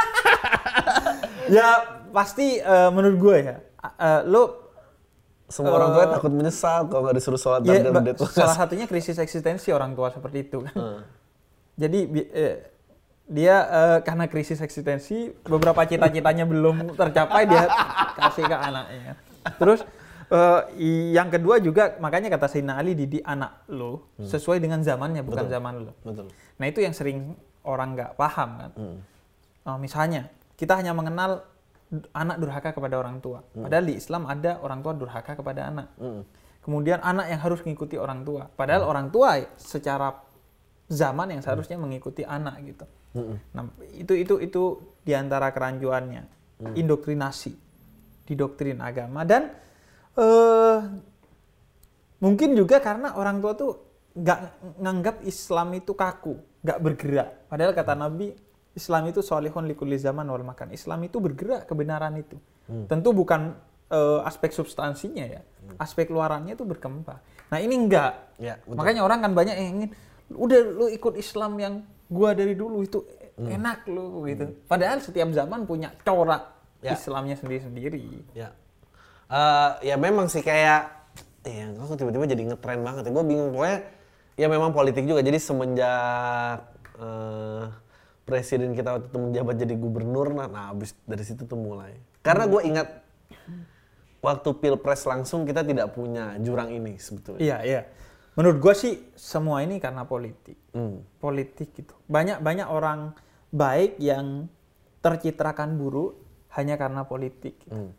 Ya pasti uh, menurut gue ya, uh, lo semua uh, orang tua takut menyesal kalau nggak disuruh sholat ya, dan ba- salah satunya krisis eksistensi orang tua seperti itu kan. Hmm. Jadi eh, dia uh, karena krisis eksistensi, beberapa cita-citanya belum tercapai, dia kasih ke anaknya. Terus uh, yang kedua juga, makanya kata Sayyidina Ali, didik anak lo hmm. sesuai dengan zamannya, bukan Betul. zaman lo. Betul. Nah itu yang sering orang nggak paham kan. Hmm. Uh, misalnya kita hanya mengenal anak durhaka kepada orang tua, hmm. padahal di Islam ada orang tua durhaka kepada anak. Hmm. Kemudian anak yang harus mengikuti orang tua, padahal hmm. orang tua secara zaman yang seharusnya hmm. mengikuti anak gitu. Hmm. Nah itu itu itu diantara kerancuannya, hmm. indoktrinasi, didoktrin agama. Dan uh, mungkin juga karena orang tua tuh nggak nganggap Islam itu kaku, nggak bergerak. Padahal kata Nabi, Islam itu sholihun likulli zaman wal makan. Islam itu bergerak, kebenaran itu. Hmm. Tentu bukan uh, aspek substansinya ya, hmm. aspek luarannya itu berkembang. Nah ini enggak. Ya, makanya orang kan banyak yang ingin, udah lu ikut Islam yang gua dari dulu itu hmm. enak lu gitu. Hmm. Padahal setiap zaman punya corak ya. Islamnya sendiri-sendiri. Ya. Uh, ya memang sih kayak, ya aku tiba-tiba jadi ngetren banget. Gue bingung pokoknya. Ya memang politik juga. Jadi semenjak uh, presiden kita waktu itu menjabat jadi gubernur, nah, nah abis dari situ tuh mulai. Karena gue ingat waktu pilpres langsung kita tidak punya jurang ini sebetulnya. Iya iya. Menurut gue sih semua ini karena politik, hmm. politik gitu. Banyak banyak orang baik yang tercitrakan buruk hanya karena politik. Gitu. Hmm.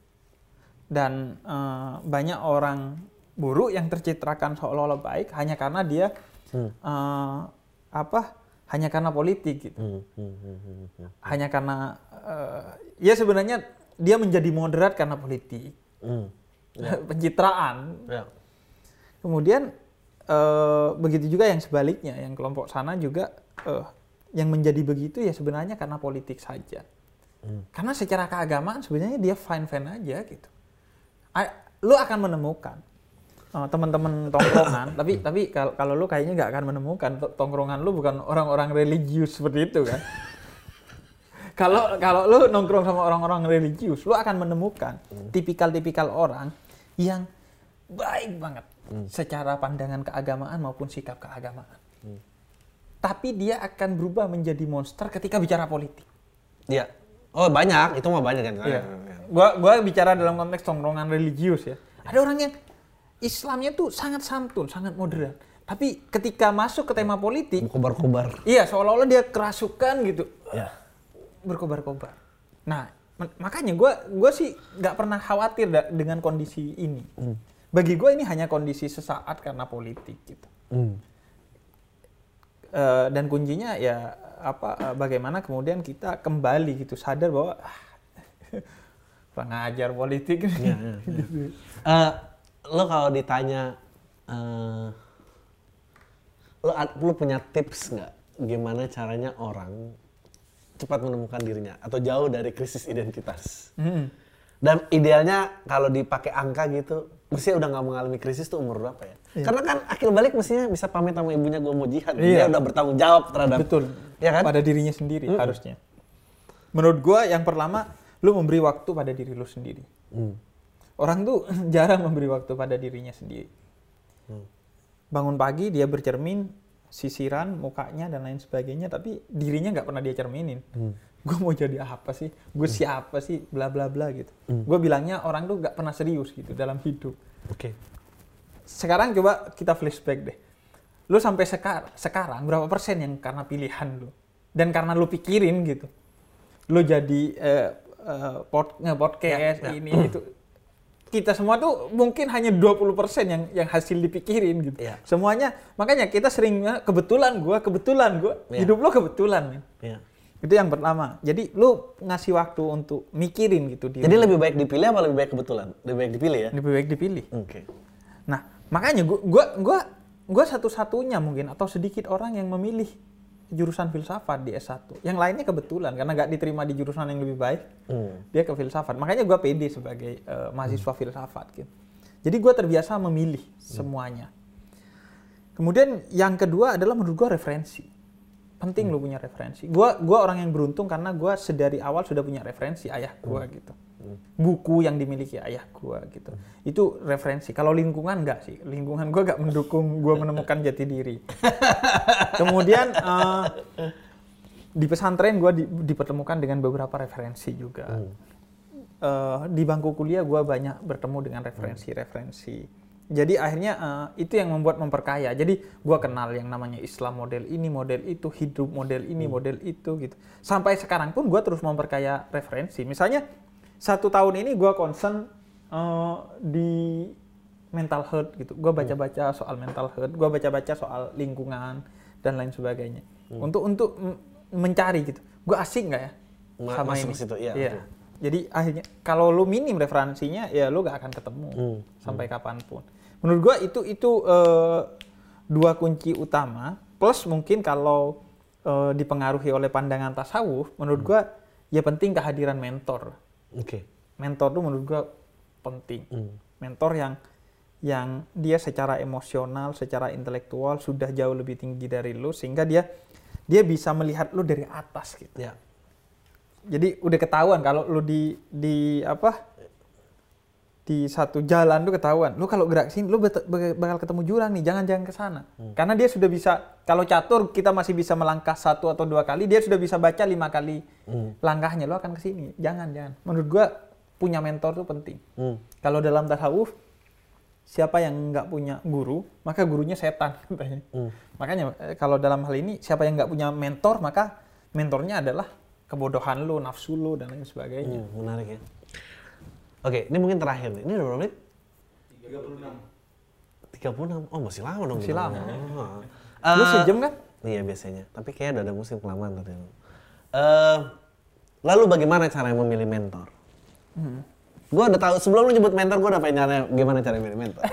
Dan uh, banyak orang buruk yang tercitrakan seolah-olah baik hanya karena dia hmm. uh, apa? Hanya karena politik gitu. Hmm. Hmm. Hmm. Hmm. Hanya karena uh, ya sebenarnya dia menjadi moderat karena politik. Hmm. Ya. Pencitraan. Ya. Kemudian Uh, begitu juga yang sebaliknya, yang kelompok sana juga uh, yang menjadi begitu ya sebenarnya karena politik saja. Hmm. Karena secara keagamaan sebenarnya dia fine-fine aja gitu. A- lu akan menemukan uh, teman-teman tongkrongan, tapi tapi kalau kalau lu kayaknya nggak akan menemukan tongkrongan lu bukan orang-orang religius seperti itu kan. Kalau kalau lu nongkrong sama orang-orang religius, lu akan menemukan hmm. tipikal-tipikal orang yang baik banget. Hmm. Secara pandangan keagamaan maupun sikap keagamaan. Hmm. Tapi dia akan berubah menjadi monster ketika bicara politik. Iya. Oh banyak, itu mah banyak kan. Iya. Gua gua bicara dalam konteks tongkrongan religius ya. Ada orang yang Islamnya tuh sangat santun, sangat moderat. Tapi ketika masuk ke tema politik, berkobar-kobar. Iya, seolah-olah dia kerasukan gitu. Iya. Berkobar-kobar. Nah, m- makanya gua gua sih nggak pernah khawatir da- dengan kondisi ini. Hmm. Bagi gue ini hanya kondisi sesaat karena politik gitu. Hmm. Uh, dan kuncinya ya apa uh, bagaimana kemudian kita kembali gitu sadar bahwa ah, pengajar politik. Ya, ya, ya. uh, lo kalau ditanya, uh, lo, lo punya tips nggak gimana caranya orang cepat menemukan dirinya atau jauh dari krisis identitas? Hmm. Dan idealnya kalau dipakai angka gitu, mestinya udah nggak mengalami krisis tuh umur berapa ya? Iya. Karena kan akhir balik mestinya bisa pamit sama ibunya gue mau jihad. Iya. Dia udah bertanggung jawab terhadap. Betul. Ya kan? Pada dirinya sendiri hmm. harusnya. Menurut gue yang pertama, lu memberi waktu pada diri lu sendiri. Hmm. Orang tuh jarang memberi waktu pada dirinya sendiri. Hmm. Bangun pagi dia bercermin, sisiran mukanya dan lain sebagainya, tapi dirinya nggak pernah dia cerminin. Hmm. Gue mau jadi apa sih? Gue hmm. siapa sih? Bla bla bla gitu. Hmm. Gue bilangnya orang tuh nggak pernah serius gitu dalam hidup. Oke. Okay. Sekarang coba kita flashback deh. Lu sampai sekar- sekarang berapa persen yang karena pilihan lu dan karena lu pikirin gitu. Lu jadi uh, uh, pod- nge-podcast ya, ya. ini itu. Kita semua tuh mungkin hanya dua puluh persen yang yang hasil dipikirin gitu. Ya. Semuanya makanya kita sering kebetulan gue, kebetulan gue, ya. Hidup lu kebetulan. Ya. Itu yang pertama. Jadi lu ngasih waktu untuk mikirin gitu. Jadi diri. Lebih baik dipilih apa lebih baik kebetulan? Lebih baik dipilih ya? Lebih baik dipilih. Oke. Okay. Nah, makanya gua gua gua gua satu-satunya mungkin atau sedikit orang yang memilih jurusan filsafat di S satu. Yang lainnya kebetulan karena nggak diterima di jurusan yang lebih baik. Hmm. Dia ke filsafat. Makanya gua pede sebagai uh, mahasiswa hmm. filsafat gitu. Jadi gua terbiasa memilih hmm. semuanya. Kemudian yang kedua adalah menurut gua referensi. Penting hmm. lu punya referensi. Gua gua orang yang beruntung karena gua sedari awal sudah punya referensi ayah gua hmm. gitu. Hmm. Buku yang dimiliki ayah gua gitu. Hmm. Itu referensi. Kalau lingkungan enggak sih. Lingkungan gua enggak mendukung gua menemukan jati diri. Kemudian uh, di pesantren gue di, dipertemukan dengan beberapa referensi juga. Hmm. Uh, di bangku kuliah gue banyak bertemu dengan referensi-referensi. Jadi akhirnya uh, itu yang membuat memperkaya. Jadi gue kenal yang namanya Islam model ini, model itu, hidup model ini, hmm. model itu gitu. Sampai sekarang pun gue terus memperkaya referensi. Misalnya satu tahun ini gue concern uh, di mental health gitu. Gue baca-baca soal mental health, gue baca-baca soal lingkungan dan lain sebagainya. Hmm. Untuk untuk mencari gitu. Gue asik nggak ya Ma- sama masuk ini? Situ, iya. Iya. Jadi akhirnya kalau lu minim referensinya ya lu gak akan ketemu hmm. sampai hmm. kapanpun. Menurut gua itu itu uh, dua kunci utama. Plus mungkin kalau uh, dipengaruhi oleh pandangan tasawuf, menurut hmm. gua ya penting kehadiran mentor. Oke. Okay. Mentor tuh menurut gua penting. Hmm. Mentor yang yang dia secara emosional, secara intelektual sudah jauh lebih tinggi dari lu sehingga dia dia bisa melihat lu dari atas gitu. Ya. Jadi udah ketahuan kalau lu di di apa di satu jalan tuh ketahuan. Lu kalau gerak sini lu bakal ketemu jurang nih, jangan-jangan ke sana. Hmm. Karena dia sudah bisa, kalau catur kita masih bisa melangkah satu atau dua kali, dia sudah bisa baca lima kali hmm. langkahnya, lu akan ke sini. Jangan, jangan. Menurut gua punya mentor tuh penting. Hmm. Kalau dalam tasawuf siapa yang nggak punya guru, maka gurunya setan katanya. Hmm. Makanya kalau dalam hal ini siapa yang nggak punya mentor, maka mentornya adalah kebodohan lu, nafsu lu, dan lain sebagainya. Hmm, menarik ya. Oke, ini mungkin terakhir nih. Ini udah berapa menit? tiga puluh enam. tiga puluh enam? Oh, masih lama dong. Masih lama. Oh. Lu uh, sejam kan? Iya, biasanya. Tapi kayaknya udah ada musim kelamaan tadi. Uh, lalu bagaimana cara memilih mentor? Hmm. Gue udah tahu, sebelum lu nyebut mentor, gue udah pengen nyari gimana cara milih mentor.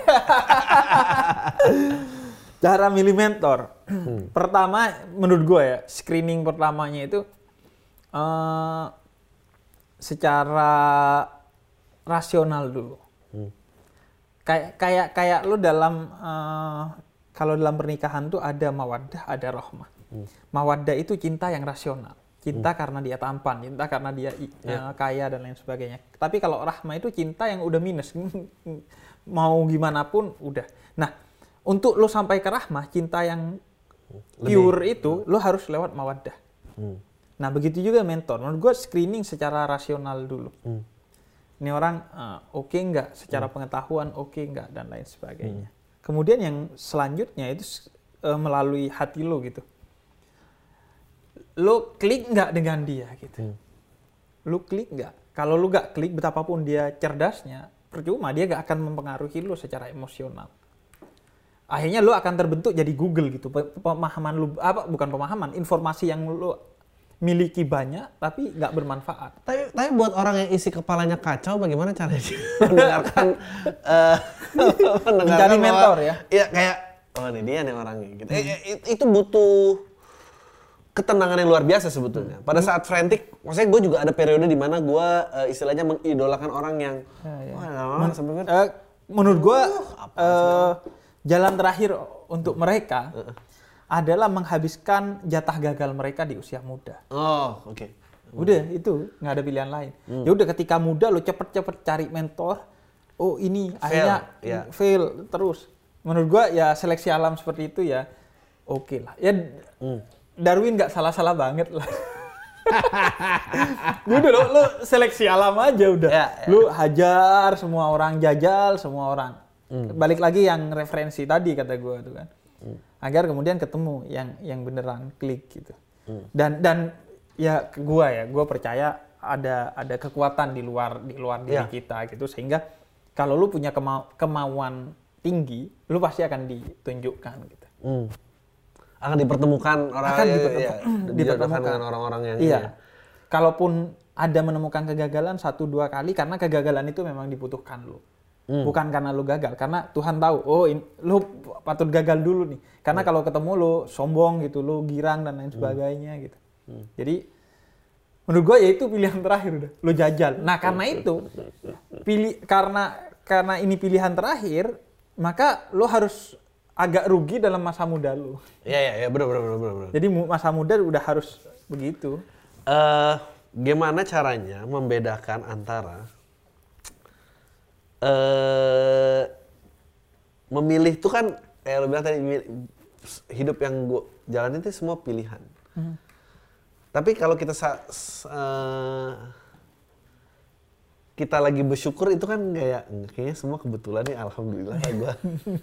Cara milih mentor. Hmm. Pertama, menurut gue ya, screening pertamanya itu Uh, secara rasional dulu. Hmm. Kayak kayak kayak lu dalam uh, kalau dalam pernikahan tuh ada mawaddah, ada rahmah. Hmm. Mawaddah itu cinta yang rasional. Cinta hmm. karena dia tampan, cinta karena dia yeah. uh, kaya dan lain sebagainya. Tapi kalau rahmah itu cinta yang udah minus. Mau gimana pun udah. Nah, untuk lu sampai ke rahmah, cinta yang pure Lebih. itu lu harus lewat mawaddah. Hmm. Nah, begitu juga mentor. Menurut gue screening secara rasional dulu. Hmm. Ini orang uh, oke okay nggak? Secara hmm. pengetahuan oke okay nggak? Dan lain sebagainya. Hmm. Kemudian yang selanjutnya itu uh, melalui hati lo gitu. Lo klik nggak dengan dia gitu. Hmm. Lo klik nggak? Kalau lo nggak klik betapapun dia cerdasnya, percuma dia nggak akan mempengaruhi lo secara emosional. Akhirnya lo akan terbentuk jadi Google gitu. Pemahaman lo, apa bukan pemahaman, informasi yang lo miliki banyak tapi nggak bermanfaat. Tapi, tapi buat orang yang isi kepalanya kacau, bagaimana caranya mendengarkan uh, mencari mentor ya? Iya kayak oh ini dia nih orangnya gitu. Hmm. Eh, itu butuh ketenangan yang luar biasa sebetulnya. Pada saat frantic, maksudnya gue juga ada periode di mana gue uh, istilahnya mengidolakan orang yang ya, ya. Wah, Men- sampai uh, menurut gue uh, jalan terakhir untuk mereka uh. adalah menghabiskan jatah gagal mereka di usia muda. Oh, oke. Okay. Udah, itu nggak ada pilihan lain. Hmm. Ya udah ketika muda lo cepet-cepet cari mentor. Oh, ini fail. Akhirnya yeah. fail terus. Menurut gua ya seleksi alam seperti itu ya oke okay lah. Ya hmm. Darwin nggak salah-salah banget lah. Udah lo, lo seleksi alam aja udah. Yeah, yeah. Lo hajar semua orang, jajal semua orang. Hmm. Balik lagi yang referensi tadi kata gua tuh kan. Hmm. Agar kemudian ketemu yang yang beneran klik gitu. Hmm. Dan dan ya gua ya, gua percaya ada ada kekuatan di luar di luar diri yeah. kita gitu sehingga kalau lu punya kemau, kemauan tinggi, lu pasti akan ditunjukkan gitu. Hmm. Akan dipertemukan orang akan ya, dipertemukan, ya, dipertemukan dengan orang-orang yang iya. Ya. Kalaupun ada menemukan kegagalan satu dua kali karena kegagalan itu memang dibutuhkan lu. Hmm. Bukan karena lu gagal, karena Tuhan tahu, oh in, lu patut gagal dulu nih. Karena hmm. kalau ketemu lu sombong gitu, lu girang dan lain sebagainya hmm. gitu. Hmm. Jadi menurut gua ya itu pilihan terakhir udah, lu jajal. Nah karena itu, pilih karena karena ini pilihan terakhir, maka lu harus agak rugi dalam masa muda lu. Iya iya ya, benar benar benar benar. Jadi masa muda udah harus begitu. Uh, gimana caranya membedakan antara Uh, memilih itu kan kayak lo bilang tadi hidup yang gue jalanin itu semua pilihan. Hmm. Tapi kalau kita sa- uh, kita lagi bersyukur itu kan kayak kayaknya semua kebetulan nih, alhamdulillah ya gue.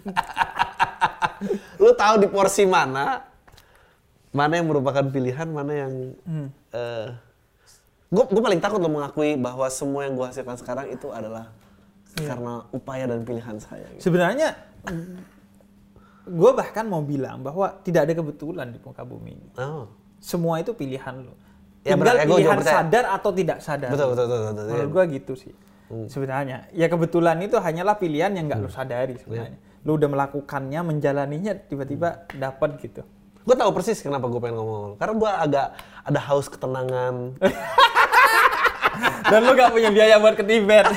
Lu tahu di porsi mana, mana yang merupakan pilihan, mana yang hmm. uh, gue gue paling takut lo mengakui bahwa semua yang gue hasilkan sekarang itu adalah yeah. karena upaya dan pilihan saya. Gitu. Sebenarnya gue bahkan mau bilang bahwa tidak ada kebetulan di muka bumi ini. Oh. Semua itu pilihan lo. Ya, tinggal benar, ya, pilihan sadar atau tidak sadar. Betul, betul, betul. betul Menurut gue gitu sih. Hmm. Sebenarnya. Ya kebetulan itu hanyalah pilihan yang nggak hmm. lo sadari sebenarnya. Ya. Lo udah melakukannya, menjalaninya, tiba-tiba hmm. dapat gitu. Gue tahu persis kenapa gue pengen ngomong. Karena gue agak ada haus ketenangan. Dan lo gak punya biaya buat ke Tibet.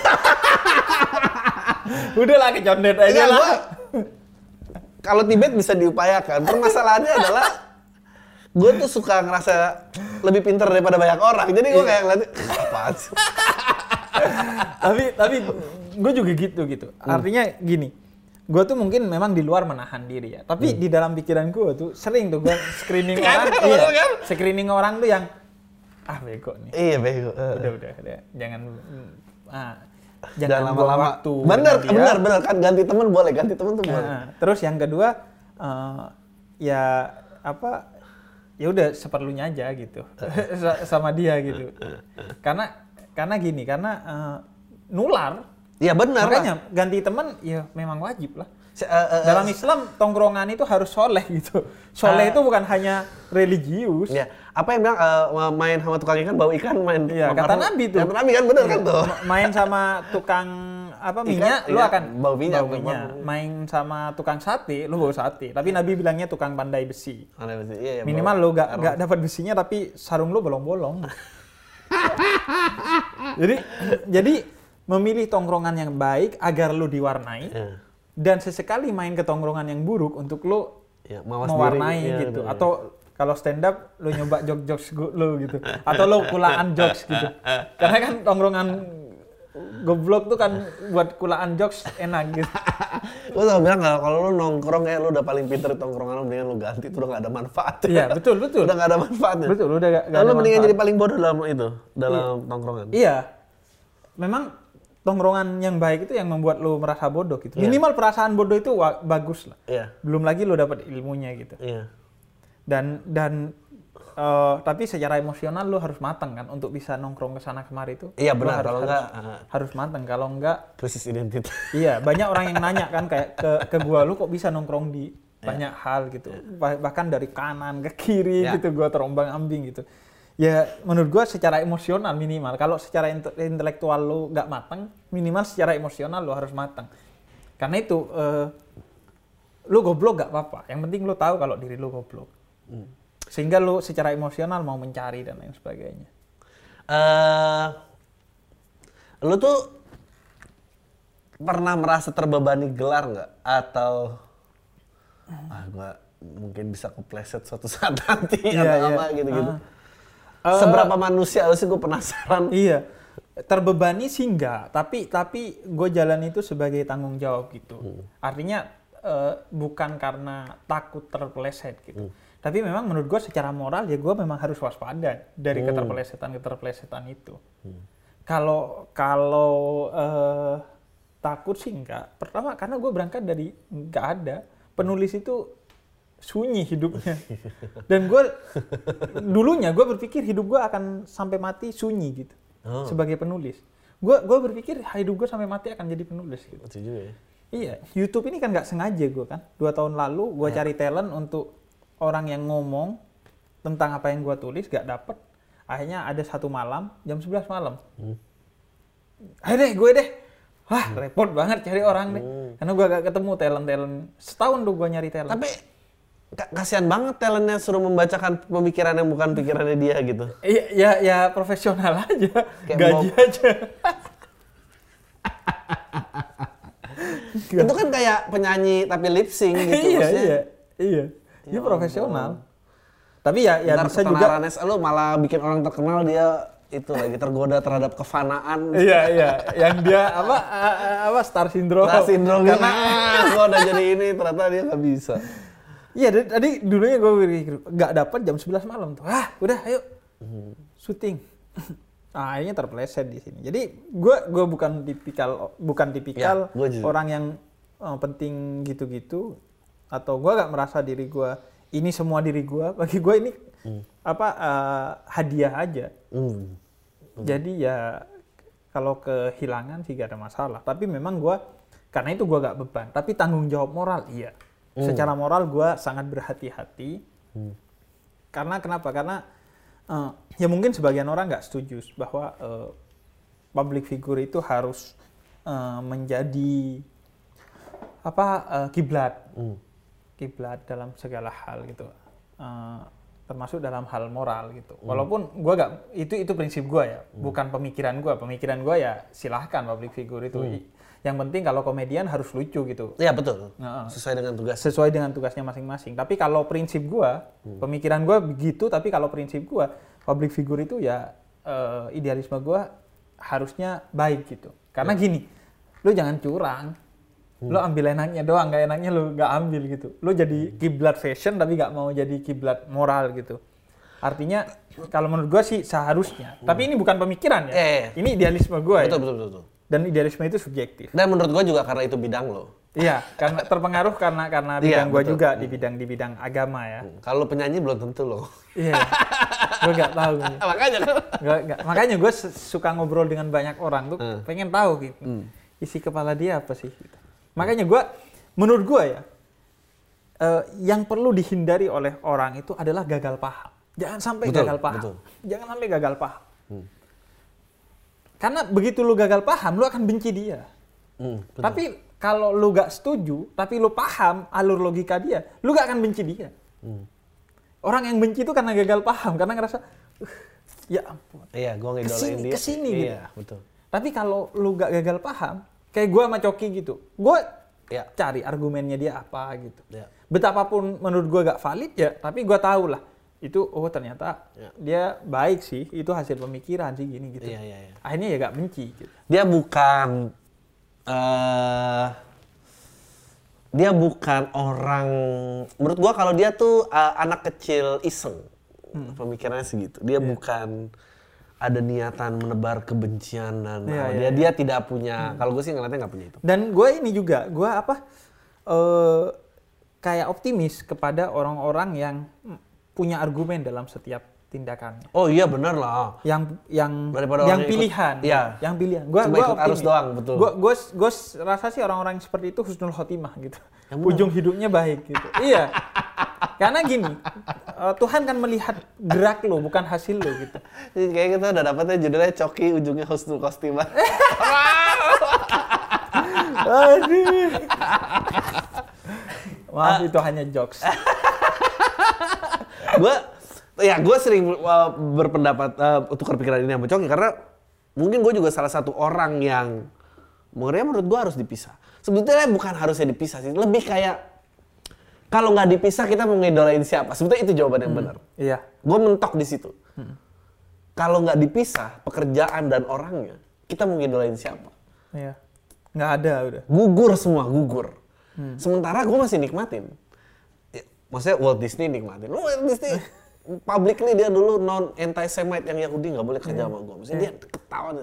Udah lah, kecondet aja lah. Kalau Tibet bisa diupayakan. Permasalahannya adalah gue tuh suka ngerasa lebih pintar daripada banyak orang. Jadi gue kayak ngeliat, apaan sih? tapi tapi gue juga gitu gitu. Artinya gini, gue tuh mungkin memang di luar menahan diri ya. Tapi hmm. di dalam pikiran gue tuh sering tuh gue screening orang. Iya, kan? Screening orang tuh yang ah bego nih. Iya bego. Udah udah udah. Jangan ah jangan, jangan lama-lama. Waktu bener bener bener kan, ganti teman boleh, ganti teman tuh boleh. Nah, terus yang kedua uh, ya apa? Ya udah seperlunya aja gitu sama dia gitu. Karena karena gini, karena uh, nular. Iya benar. Makanya lah. Ganti teman ya memang wajib lah. Uh, uh, uh, Dalam Islam tongkrongan itu harus soleh gitu. Soleh uh, itu bukan hanya religius. Iya. Apa yang bilang uh, main sama tukang ikan bau ikan, main. Iya, kata Nabi tuh. Kata Nabi kan benar kan tuh. Main sama tukang apa minyak, ikan, lu iya, akan bau minyak. Bau minyak. Main sama tukang sate, lu bau sate. Tapi Nabi bilangnya tukang pandai besi. Pandai besi. Iya, iya, minimal lu gak gak dapat besinya tapi sarung lu bolong-bolong. jadi jadi memilih tongkrongan yang baik agar lu diwarnai. Yeah. Dan sesekali main ke tongkrongan yang buruk untuk lu yeah, mewarnai diri, gitu. Yeah, atau kalau stand up lu nyoba jokes-jokes lu gitu. Atau lu kulaan jokes gitu. Karena kan tongkrongan goblok tuh kan buat kulaan jokes enak gitu. Lu tau bilang kalau lu nongkrong kayak lu udah paling pinter di tongkrongan lu, mendingan lu ganti, itu udah gak ada manfaatnya. Iya, betul, betul. Udah gak ada manfaatnya. Betul, udah gak, gak ada lu mendingan manfaat. jadi paling bodoh dalam itu, dalam iya. tongkrongan. Iya. Memang tongkrongan yang baik itu yang membuat lu merasa bodoh gitu. Yeah. Minimal perasaan bodoh itu wa- bagus lah. Iya. Belum lagi lu dapat ilmunya gitu. Iya. Dan dan Uh, tapi secara emosional lu harus matang kan untuk bisa nongkrong ke sana kemari itu. Iya benar, kalau enggak harus, uh, harus matang, kalau enggak krisis identitas. Iya, banyak orang yang nanya kan kayak ke ke gua, lu kok bisa nongkrong di yeah. banyak hal gitu. Bah- bahkan dari kanan ke kiri yeah. gitu, gua terombang-ambing gitu. Ya menurut gua secara emosional minimal, kalau secara intelektual lu enggak matang, minimal secara emosional lu harus matang. Karena itu uh, lu goblok enggak apa-apa, yang penting lu tahu kalau diri lu goblok. Hmm. Sehingga lu secara emosional mau mencari dan lain sebagainya. Uh, lu tuh pernah merasa terbebani gelar nggak? Atau ah gua mungkin bisa kepleset suatu saat nanti yeah, atau yeah. apa gitu-gitu. Uh, Seberapa uh, manusia lu sih, gue penasaran. Iya. Terbebani sih enggak, tapi tapi gue jalan itu sebagai tanggung jawab gitu. Hmm. Artinya uh, bukan karena takut terpeleset gitu. Hmm. Tapi memang menurut gue secara moral ya gue memang harus waspada dari hmm. keterpelesetan-keterpelesetan itu. Hmm. Kalau kalau uh, takut sih enggak. Pertama karena gue berangkat dari enggak ada. Penulis itu sunyi hidupnya. Dan gue dulunya gue berpikir hidup gue akan sampai mati sunyi gitu. Oh. Sebagai penulis. Gue gue berpikir hidup gue sampai mati akan jadi penulis gitu. Itu juga ya. Iya, YouTube ini kan nggak sengaja gue kan. Dua tahun lalu gue ya. cari talent untuk orang yang ngomong tentang apa yang gue tulis, gak dapet. Akhirnya ada satu malam, jam sebelas malam. Hmm. Ayo deh, gue deh. Wah, hmm. repot banget cari orang deh. Hmm. Karena gue gak ketemu talent-talent. Setahun tuh gue nyari talent. Tapi k- kasihan banget talentnya suruh membacakan pemikiran yang bukan pikirannya dia gitu. Iya, ya, ya profesional aja. Kayak gaji mau... aja. Itu kan kayak penyanyi tapi lip sync gitu. Iya, iya, iya. Dia ya profesional. Allah. Tapi ya ya Ntar bisa juga lu malah bikin orang terkenal dia itu lagi tergoda terhadap kefanaan. Iya iya, yang dia apa apa star syndrome. Star syndrome karena ah, gua udah jadi ini ternyata dia nggak bisa. Iya, tadi dulunya gue pikir nggak dapat jam sebelas malam tuh. Ah, udah ayo hmm. syuting. Nah, akhirnya terpeleset di sini. Jadi gue gue bukan tipikal bukan tipikal ya, orang yang uh, penting gitu-gitu, atau gue gak merasa diri gue ini semua diri gue. Bagi gue ini hmm. apa uh, hadiah aja. Hmm. Hmm. Jadi ya kalau kehilangan sih gak ada masalah. Tapi memang gue karena itu gue gak beban. Tapi tanggung jawab moral iya. Hmm. Secara moral gue sangat berhati-hati. Hmm. Karena kenapa? Karena Uh, ya mungkin sebagian orang nggak setuju bahwa uh, public figure itu harus uh, menjadi apa uh, kiblat, mm. kiblat dalam segala hal gitu, uh, termasuk dalam hal moral gitu. Mm. Walaupun gue nggak itu itu prinsip gue ya, mm. bukan pemikiran gue. Pemikiran gue ya silahkan public figure itu. Mm. Yang penting kalau komedian harus lucu gitu. Iya betul. Nah, sesuai dengan tugas. Sesuai dengan tugasnya masing-masing. Tapi kalau prinsip gua, hmm. pemikiran gua begitu. Tapi kalau prinsip gua, public figure itu ya uh, idealisme gua harusnya baik gitu. Karena ya. Gini, lu jangan curang. Hmm. Lu ambil enaknya doang, nggak enaknya lu nggak ambil gitu. Lu jadi kiblat fashion tapi nggak mau jadi kiblat moral gitu. Artinya kalau menurut gua sih seharusnya. Hmm. Tapi ini bukan pemikiran ya. Eh, ini idealisme gua betul, ya. Betul betul betul. Dan idealisme itu subjektif. Dan menurut gue juga karena itu bidang lo. Iya, karena terpengaruh karena karena bidang iya, gue juga di bidang di bidang agama ya. Hmm. Kalau penyanyi belum tentu lo. Iya, gue nggak tahu. Makanya kan. Gak, gak. Makanya gue suka ngobrol dengan banyak orang tuh, hmm. pengen tahu gitu. Hmm. Isi kepala dia apa sih? Gitu. Makanya gue, menurut gue ya, uh, yang perlu dihindari oleh orang itu adalah gagal paham. Jangan sampai betul, gagal paham. Betul. Jangan sampai gagal paham. Hmm. Karena begitu lu gagal paham, lu akan benci dia. Hmm, tapi kalau lu gak setuju, tapi lu paham alur logika dia, lu gak akan benci dia. Hmm. Orang yang benci itu karena gagal paham, karena ngerasa, uh, ya ampun. Iya, gua ngidolain dia. Kesini iya, gitu. Betul. Tapi kalau lu gak gagal paham, kayak gua sama Coki gitu, gua ya. Cari argumennya dia apa gitu. Ya. Betapapun menurut gua gak valid ya, tapi gua tahu lah. Itu oh ternyata ya. Dia baik sih, itu hasil pemikiran sih gini gitu. Iya, iya, iya. Akhirnya ya gak benci gitu. Dia bukan uh, dia bukan orang, menurut gua kalau dia tuh uh, anak kecil iseng. Hmm. Pemikirannya segitu. Dia yeah. bukan ada niatan menebar kebencian dan yeah, dia yeah, dia yeah. tidak punya. Hmm. Kalau gue sih ngeliatnya nggak punya itu. Dan gue ini juga, gue apa uh, kayak optimis kepada orang-orang yang punya argumen dalam setiap tindakannya. Oh iya benar lah. Yang yang daripada yang pilihan, ikut, ya. yang pilihan. Gua Cuma gua ikut arus doang, betul. Gua gua gua rasa sih orang-orang seperti itu husnul khotimah gitu. Ujung hidupnya baik gitu. Iya. Karena gini, uh, Tuhan kan melihat gerak lo, bukan hasil lo gitu. Kayak kita udah dapetnya judulnya Coki ujungnya husnul khotimah. Aduh. Maaf, itu hanya jokes. Gue, ya gue sering uh, berpendapat uh, tukar pikiran ini sama Coki karena mungkin gue juga salah satu orang yang menurutnya menurut gue harus dipisah. Sebetulnya bukan harusnya dipisah sih, lebih kayak kalau nggak dipisah kita mau ngidolain siapa? Sebetulnya itu jawaban yang hmm, benar. Iya. Gue mentok di situ. Hmm. Kalau nggak dipisah pekerjaan dan orangnya, kita mau ngidolain siapa? Iya. Nggak ada udah. Gugur semua, gugur. Hmm. Sementara gue masih nikmatin. Ya, maksudnya Walt Disney nikmatin. Lu Walt Disney publicly dia dulu non anti-Semite yang Yahudi nggak boleh kerja hmm. sama gue. Maksudnya hmm. dia ketawa. Uh,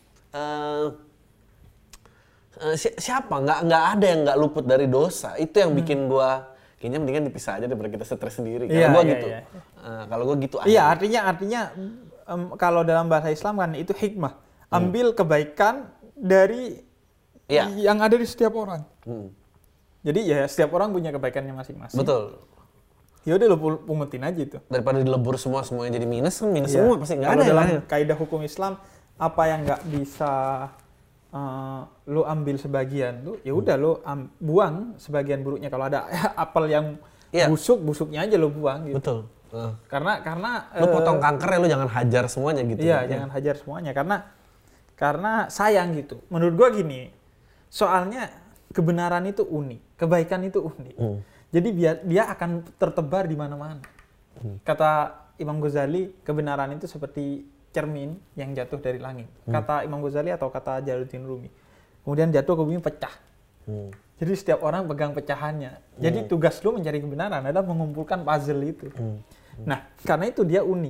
uh, si- siapa? Nggak nggak ada yang nggak luput dari dosa. Itu yang hmm. bikin gue kayaknya mendingan dipisah aja daripada kita stres sendiri. Kalau yeah, gue yeah, gitu. Yeah. Uh, kalau gue gitu aja. Iya, artinya artinya um, kalau dalam bahasa Islam kan itu hikmah. Ambil hmm. kebaikan dari yeah. yang ada di setiap orang. Hmm. Jadi ya setiap orang punya kebaikannya masing-masing. Betul. Ya udah lo pungutin aja itu. Daripada dilebur semua semuanya jadi minus kan minus yeah. semua pasti nggak ada. Dalam ya. Kaidah hukum Islam apa yang nggak bisa uh, lo ambil sebagian lo, ya udah lo um, buang sebagian buruknya. Kalau ada apel yang yeah. busuk, busuknya aja lo buang. Gitu. Betul. Uh. Karena karena lo uh, potong kanker ya lo jangan hajar semuanya gitu. Iya, ya. Jangan hajar semuanya karena karena sayang gitu. Menurut gua gini, soalnya kebenaran itu unik, kebaikan itu unik. Hmm. Jadi dia dia akan tertebar di mana-mana. Hmm. Kata Imam Ghazali, kebenaran itu seperti cermin yang jatuh dari langit. Hmm. Kata Imam Ghazali atau kata Jalaluddin Rumi. Kemudian jatuh ke bumi pecah. Hmm. Jadi setiap orang pegang pecahannya. Hmm. Jadi tugas lu mencari kebenaran adalah mengumpulkan puzzle itu. Hmm. Hmm. Nah, karena itu dia unik.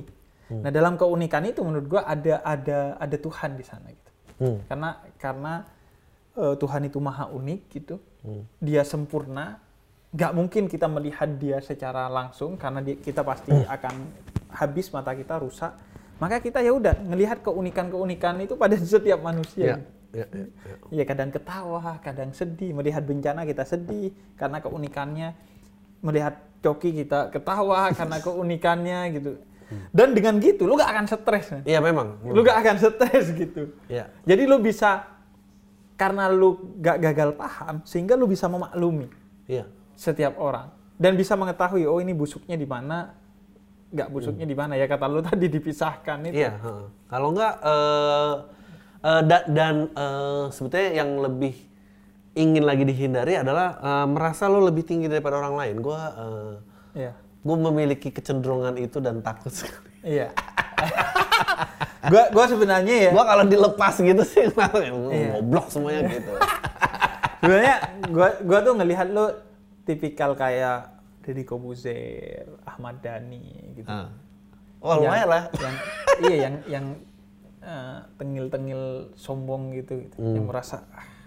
Hmm. Nah dalam keunikan itu menurut gue ada ada ada Tuhan di sana gitu. Hmm. Karena karena uh, Tuhan itu maha unik gitu. Hmm. Dia sempurna. Gak mungkin kita melihat dia secara langsung karena dia, kita pasti hmm. akan habis, mata kita rusak. Maka kita ya udah ngelihat keunikan-keunikan itu pada setiap manusia. Ya, ya, ya, ya. Ya kadang ketawa, kadang sedih. Melihat bencana kita sedih karena keunikannya. Melihat Coki kita ketawa karena keunikannya gitu. Dan dengan gitu lu gak akan stres. Iya memang. Lu gak akan stres gitu. Ya. Jadi lu bisa, karena lu gak gagal paham, sehingga lu bisa memaklumi ya. setiap orang. Dan bisa mengetahui, oh ini busuknya di mana, gak busuknya hmm. di mana. Ya kata lu tadi dipisahkan itu. Iya. Uh. Kalau enggak, uh, uh, da dan uh, sebetulnya yang lebih ingin lagi dihindari adalah uh, merasa lu lebih tinggi daripada orang lain. Gua... Uh, iya. Gue memiliki kecenderungan itu dan takut sekali. Iya. Gue gue sebenarnya ya. Gue kalau dilepas gitu sih, iya. Goblok semuanya gitu. Sebenarnya gue gue tuh ngelihat lo tipikal kayak Deddy Corbuzier, Ahmad Dhani gitu. Ah. Oh lumayan lah. Yang, iya yang yang uh, tengil-tengil sombong gitu, gitu. Hmm. Yang merasa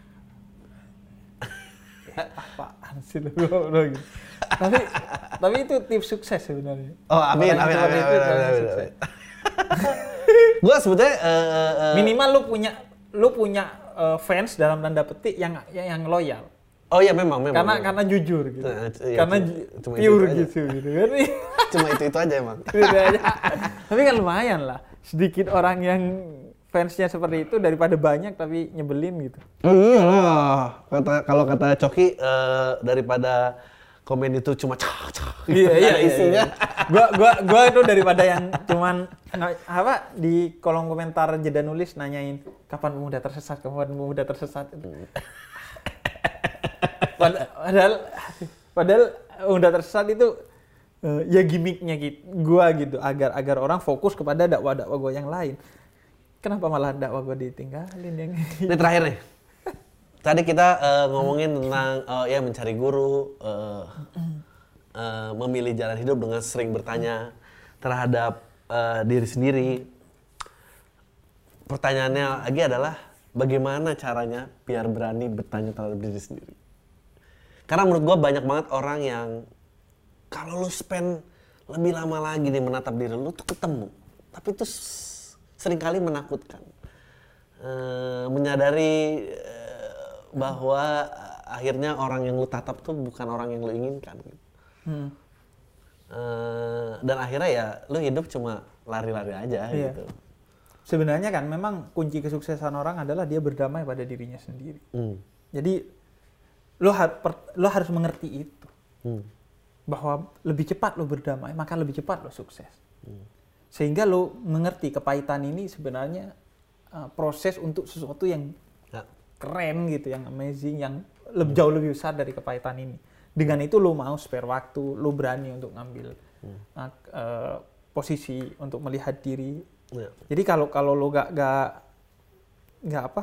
ah, apaan sih lo gitu. tapi tapi itu tips sukses sebenarnya. Oh amin amin amin, amin, amin, amin, amin. Gue sebetulnya uh, uh, minimal lu punya lu punya uh, fans dalam tanda petik yang yang, yang loyal. Oh iya memang memang. Karena memang. karena jujur gitu. Nah, iya, karena cuma, pure cuma gitu gitu kan. Cuma itu itu aja emang. Tapi kan lumayan lah. Sedikit orang yang fansnya seperti itu daripada banyak tapi nyebelin gitu. Oh iyalah. Kata kalau kata Coki uh, daripada komen itu cuma cah cah. Iya iya isinya. Gua gua gua itu daripada yang cuman apa di kolom komentar jeda nulis nanyain kapan pemuda tersesat, kapan pemuda tersesat itu. Padahal padahal pemuda tersesat itu uh, ya gimmicknya gitu. Gua gitu agar agar orang fokus kepada dakwah-dakwah gua yang lain. Kenapa malah dakwah gua ditinggalin yang ini terakhir nih. Tadi kita uh, ngomongin tentang uh, ya mencari guru, uh, uh, memilih jalan hidup dengan sering bertanya terhadap uh, diri sendiri. Pertanyaannya lagi adalah bagaimana caranya biar berani bertanya terhadap diri sendiri. Karena menurut gue banyak banget orang yang kalau lu spend lebih lama lagi nih menatap diri lu tuh ketemu, tapi itu seringkali menakutkan. Uh, menyadari uh, bahwa akhirnya orang yang lu tatap tuh bukan orang yang lu inginkan gitu. Hmm. Uh, dan akhirnya ya lu hidup cuma lari-lari aja iya. gitu. Sebenarnya kan memang kunci kesuksesan orang adalah dia berdamai pada dirinya sendiri. Hmm. Jadi lu, har- per- lu harus mengerti itu. Hmm. Bahwa lebih cepat lu berdamai, maka lebih cepat lu sukses. Hmm. Sehingga lu mengerti kepahitan ini sebenarnya uh, proses untuk sesuatu yang ya. Keren gitu, yang amazing, yang lebih, jauh lebih besar dari kepahitan ini. Dengan itu lu mau spare waktu, lu berani untuk ngambil hmm. uh, uh, posisi untuk melihat diri. Ya. Jadi kalau kalau lu gak gak gak apa,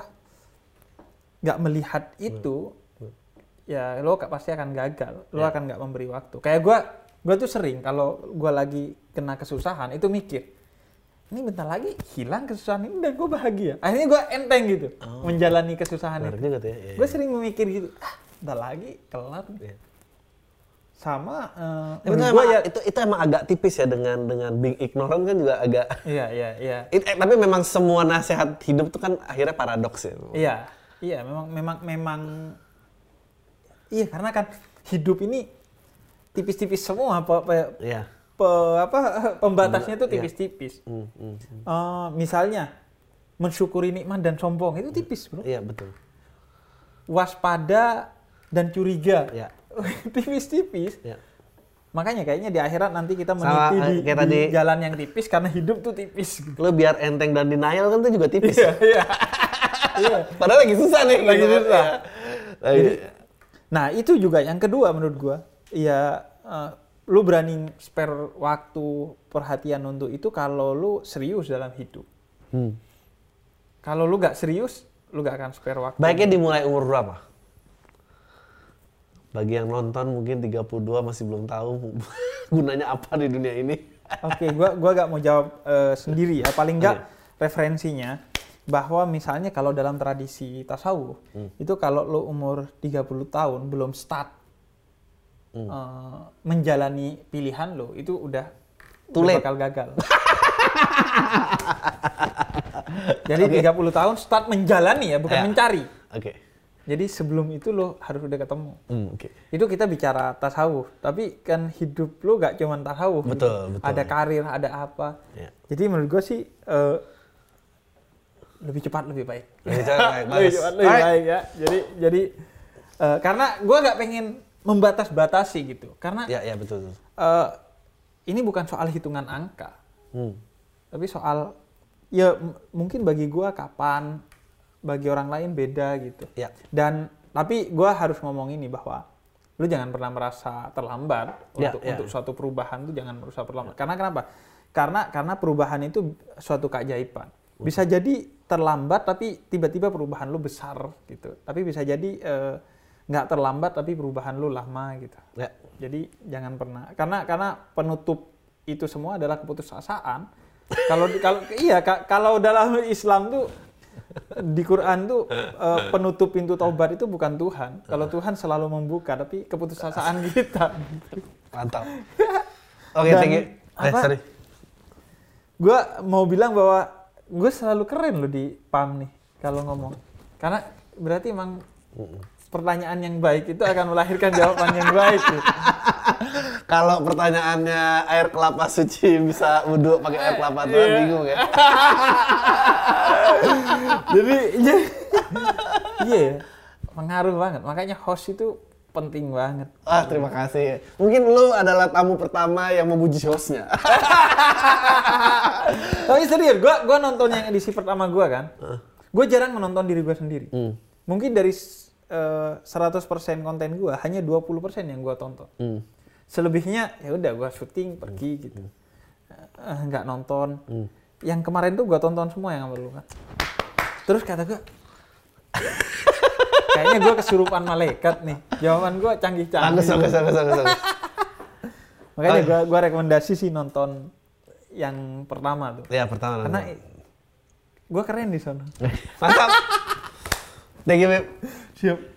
gak melihat itu, hmm. ya lu pasti akan gagal. Lu ya. akan gak memberi waktu. Kayak gua, gua tuh sering kalau gua lagi kena kesusahan itu mikir. Ini bentar lagi hilang kesusahan ini dan gue bahagia. Akhirnya gue enteng gitu oh, menjalani kesusahan itu. Juga tuh ya, ya, gue ya. sering memikir gitu, ah bentar lagi kelar. Ya. Sama uh, ya, itu, emang, ya, itu itu emang agak tipis ya dengan dengan being ignorant kan juga agak. Iya iya iya. It, eh, tapi memang semua nasihat hidup tuh kan akhirnya paradoks ya. Iya iya memang memang memang iya karena kan hidup ini tipis-tipis semua apa apa. Iya. Pe, apa pembatasnya tuh tipis-tipis. Ya. Hmm, hmm, hmm. Uh, misalnya mensyukuri nikmat dan sombong itu tipis, bro. Iya betul. Waspada dan curiga, ya. tipis-tipis. Ya. Makanya kayaknya di akhirat nanti kita meniti di, di tadi, jalan yang tipis karena hidup tuh tipis. Lo biar enteng dan denial kan tuh juga tipis. Iya, iya. Iya. Padahal lagi susah nih. Lagi gitu. susah. Ya. Jadi, nah itu juga yang kedua menurut gua. Ya. Uh, lu berani spare waktu, perhatian untuk itu kalau lu serius dalam hidup. Hmm. Kalau lu gak serius, lu gak akan spare waktu. Baiknya dimulai umur berapa? Bagi yang nonton mungkin tiga puluh dua masih belum tahu gunanya apa di dunia ini. Oke, gua gua gak mau jawab uh, sendiri ya. Paling nggak okay. referensinya bahwa misalnya kalau dalam tradisi tasawuf hmm. itu kalau lo umur tiga puluh tahun belum start hmm. uh, menjalani pilihan lo, itu udah, udah bakal gagal. Jadi okay. tiga puluh tahun start menjalani ya, bukan yeah. mencari. Oke. Okay. Jadi sebelum itu lo harus udah ketemu. Mm, okay. Itu kita bicara tasawuf, tapi kan hidup lo gak cuma tasawuf. Betul, gitu. betul. Ada karir, ada apa. Yeah. Jadi menurut gue sih uh, lebih cepat lebih baik. Lebih cepat baik. lebih cepat lebih Alright. baik ya. Jadi jadi uh, karena gue gak pengen membatas-batasi gitu. Karena ya, ya, betul. Uh, ini bukan soal hitungan angka, hmm. tapi soal ya m- mungkin bagi gue kapan, bagi orang lain beda gitu. Ya. Dan tapi gue harus ngomong ini bahwa lu jangan pernah merasa terlambat ya, untuk ya. untuk suatu perubahan tuh jangan merasa terlambat. Ya. Karena kenapa? Karena karena perubahan itu suatu keajaiban. Bisa jadi terlambat tapi tiba-tiba perubahan lu besar gitu. Tapi bisa jadi nggak uh, terlambat tapi perubahan lu lama gitu. Ya. Jadi jangan pernah, karena karena penutup itu semua adalah keputusasaan. Kalau kalau iya kalau dalam Islam tuh di Quran tuh uh, penutup pintu taubat itu bukan Tuhan. Kalau Tuhan selalu membuka, tapi keputusasaan kita. Mantap. Oke, okay, thank you. Eh, sorry. Gue mau bilang bahwa gue selalu keren loh di P A M nih kalau ngomong. Karena berarti emang pertanyaan yang baik itu akan melahirkan jawaban yang baik. Gitu. Kalau pertanyaannya air kelapa suci bisa wudhu pakai air kelapa tuh yeah. bingung ya. Jadi iya yeah, pengaruh banget. Makanya host itu penting banget. Ah, terima kasih. Mungkin lu adalah tamu pertama yang memuji hostnya. Tapi serius, gue gue nonton yang edisi pertama gue kan. Uh. Gue jarang menonton diri gue sendiri. Hmm. Mungkin dari uh, seratus persen konten gue hanya dua puluh persen yang gue tonton. Hmm. Selebihnya ya udah gue syuting pergi hmm. gitu. Uh, nggak nonton. Hmm. Yang kemarin tuh gue tonton semua yang sama lu kan. Terus kata gue kayaknya gue kesurupan malaikat nih. Jawaban gue canggih-canggih. Bagus, bagus, bagus, bagus. Makanya gue gue rekomendasi sih nonton yang pertama tuh. Iya, pertama. Karena gue keren di sana. Mantap. Thank you, Beb. Siap.